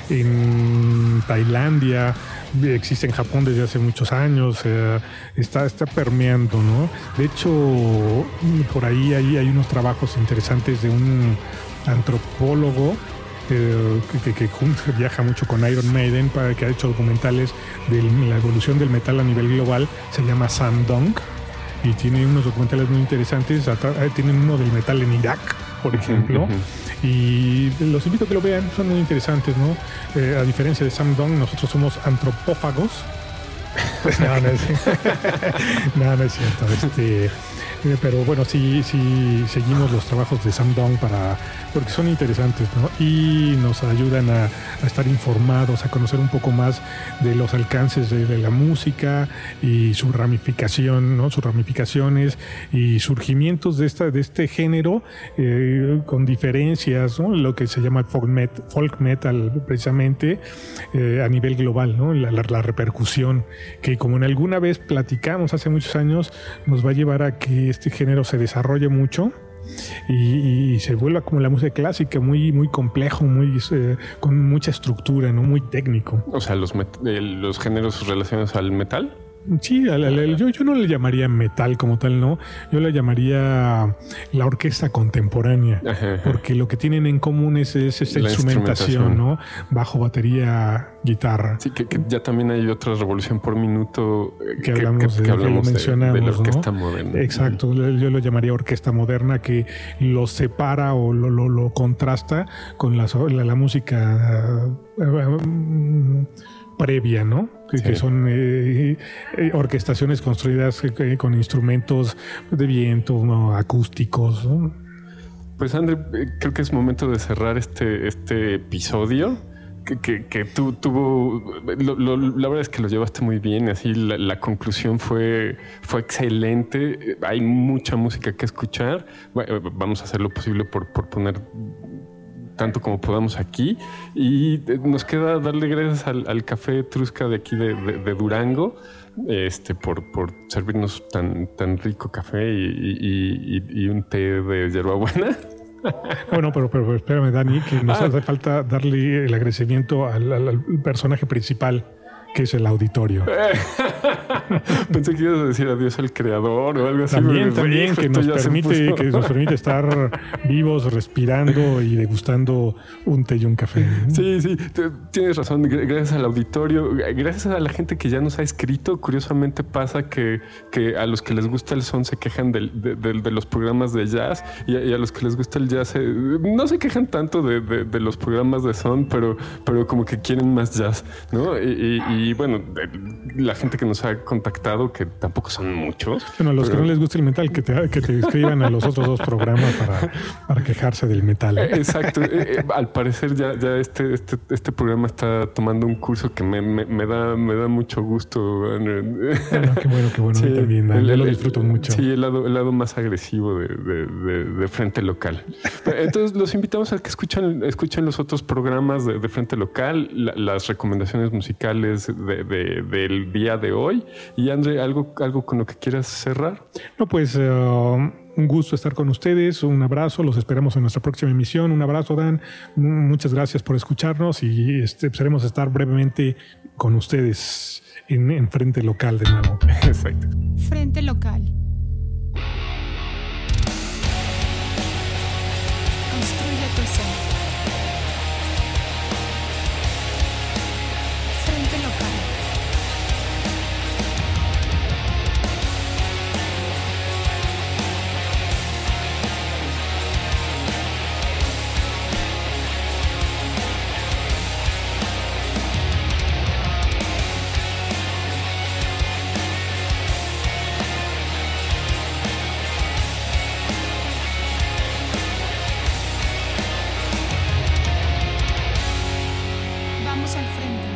en Tailandia, existe en Japón desde hace muchos años, eh, está, está permeando, ¿no? De hecho, por ahí hay, hay unos trabajos interesantes de un antropólogo Eh, que, que, que viaja mucho con Iron Maiden, para que ha hecho documentales de la evolución del metal a nivel global. Se llama Sam Dong y tiene unos documentales muy interesantes. Tienen uno del metal en Irak, por ejemplo, uh-huh. Y los invito a que lo vean, son muy interesantes, ¿no? Eh, a diferencia de Sam Dong, nosotros somos antropófagos. no, no es, no, no es cierto. Este, pero bueno, sí, sí seguimos los trabajos de Sam Dong para, porque son interesantes, ¿no? Y nos ayudan a, a estar informados, a conocer un poco más de los alcances de, de la música y su ramificación, ¿no? Sus ramificaciones y surgimientos de esta, de este género, eh, con diferencias, ¿no? Lo que se llama folk, met, folk metal, precisamente, eh, a nivel global, ¿no? La, la, la repercusión que, como en alguna vez platicamos hace muchos años, nos va a llevar a que este género se desarrolle mucho y, y se vuelva como la música clásica, muy, muy complejo, muy eh, con mucha estructura, ¿no? Muy técnico. O sea, los, met- los géneros relacionados al metal. Sí, al, al, yo, yo no le llamaría metal como tal, ¿no? Yo le llamaría la orquesta contemporánea, ajá, ajá. Porque lo que tienen en común es, es esta instrumentación, instrumentación, ¿no? Bajo, batería, guitarra. Sí, que, que ya también hay otra Revolución por Minuto que, que hablamos, que, de, que hablamos que mencionamos, de, de la orquesta ¿no? moderna. Exacto, yo lo llamaría orquesta moderna, que lo separa o lo, lo, lo contrasta con la, la, la música uh, uh, previa, ¿no? Que, sí. que son eh, eh, orquestaciones construidas eh, con instrumentos de viento, ¿no? Acústicos, ¿no? Pues André, creo que es momento de cerrar este, este episodio. Que, que, que tú tuvo lo, lo, la verdad es que lo llevaste muy bien, así la, la conclusión fue, fue excelente. Hay mucha música que escuchar. Vamos a hacer lo posible por, por poner tanto como podamos aquí, y nos queda darle gracias al, al Café Etrusca de aquí de, de, de Durango, este por, por servirnos tan, tan rico café y, y, y, y un té de hierbabuena. Bueno, pero, pero espérame, Dani, que nos ah. hace falta darle el agradecimiento al, al, al personaje principal, que es el auditorio. Pensé que ibas a decir adiós al creador o algo así. También, también, que nos, permite, que nos permite estar vivos, respirando y degustando un té y un café. Sí, sí, tienes razón. Gracias al auditorio, gracias a la gente que ya nos ha escrito. Curiosamente pasa que, que a los que les gusta el son se quejan de, de, de, de los programas de jazz, y a, y a los que les gusta el jazz eh, no se quejan tanto de, de, de los programas de son, pero, pero como que quieren más jazz, ¿no? Y, y, y bueno, de, la gente que nos ha contactado, que tampoco son muchos. Bueno, a los pero... que no les gusta el metal, que te, que te escriban a los otros dos programas para, para quejarse del metal. Eh, exacto. eh, eh, al parecer ya, ya este, este, este programa está tomando un curso que me, me, me da, me da mucho gusto. Bueno, qué bueno, qué bueno. Sí, a mí también, el, yo lo disfruto mucho. Sí, el lado, el lado más agresivo de, de, de, de Frente Local. Entonces los invitamos a que escuchen, escuchen los otros programas de, de Frente Local, la, las recomendaciones musicales de, de, del día de hoy. Y André, ¿algo, algo con lo que quieras cerrar? No, pues uh, un gusto estar con ustedes, un abrazo, los esperamos en nuestra próxima emisión. Un abrazo, Dan, muchas gracias por escucharnos y este, esperemos estar brevemente con ustedes en, en Frente Local de nuevo. Exacto. Frente Local. Construye tu ser. Frente Local. Vamos al frente.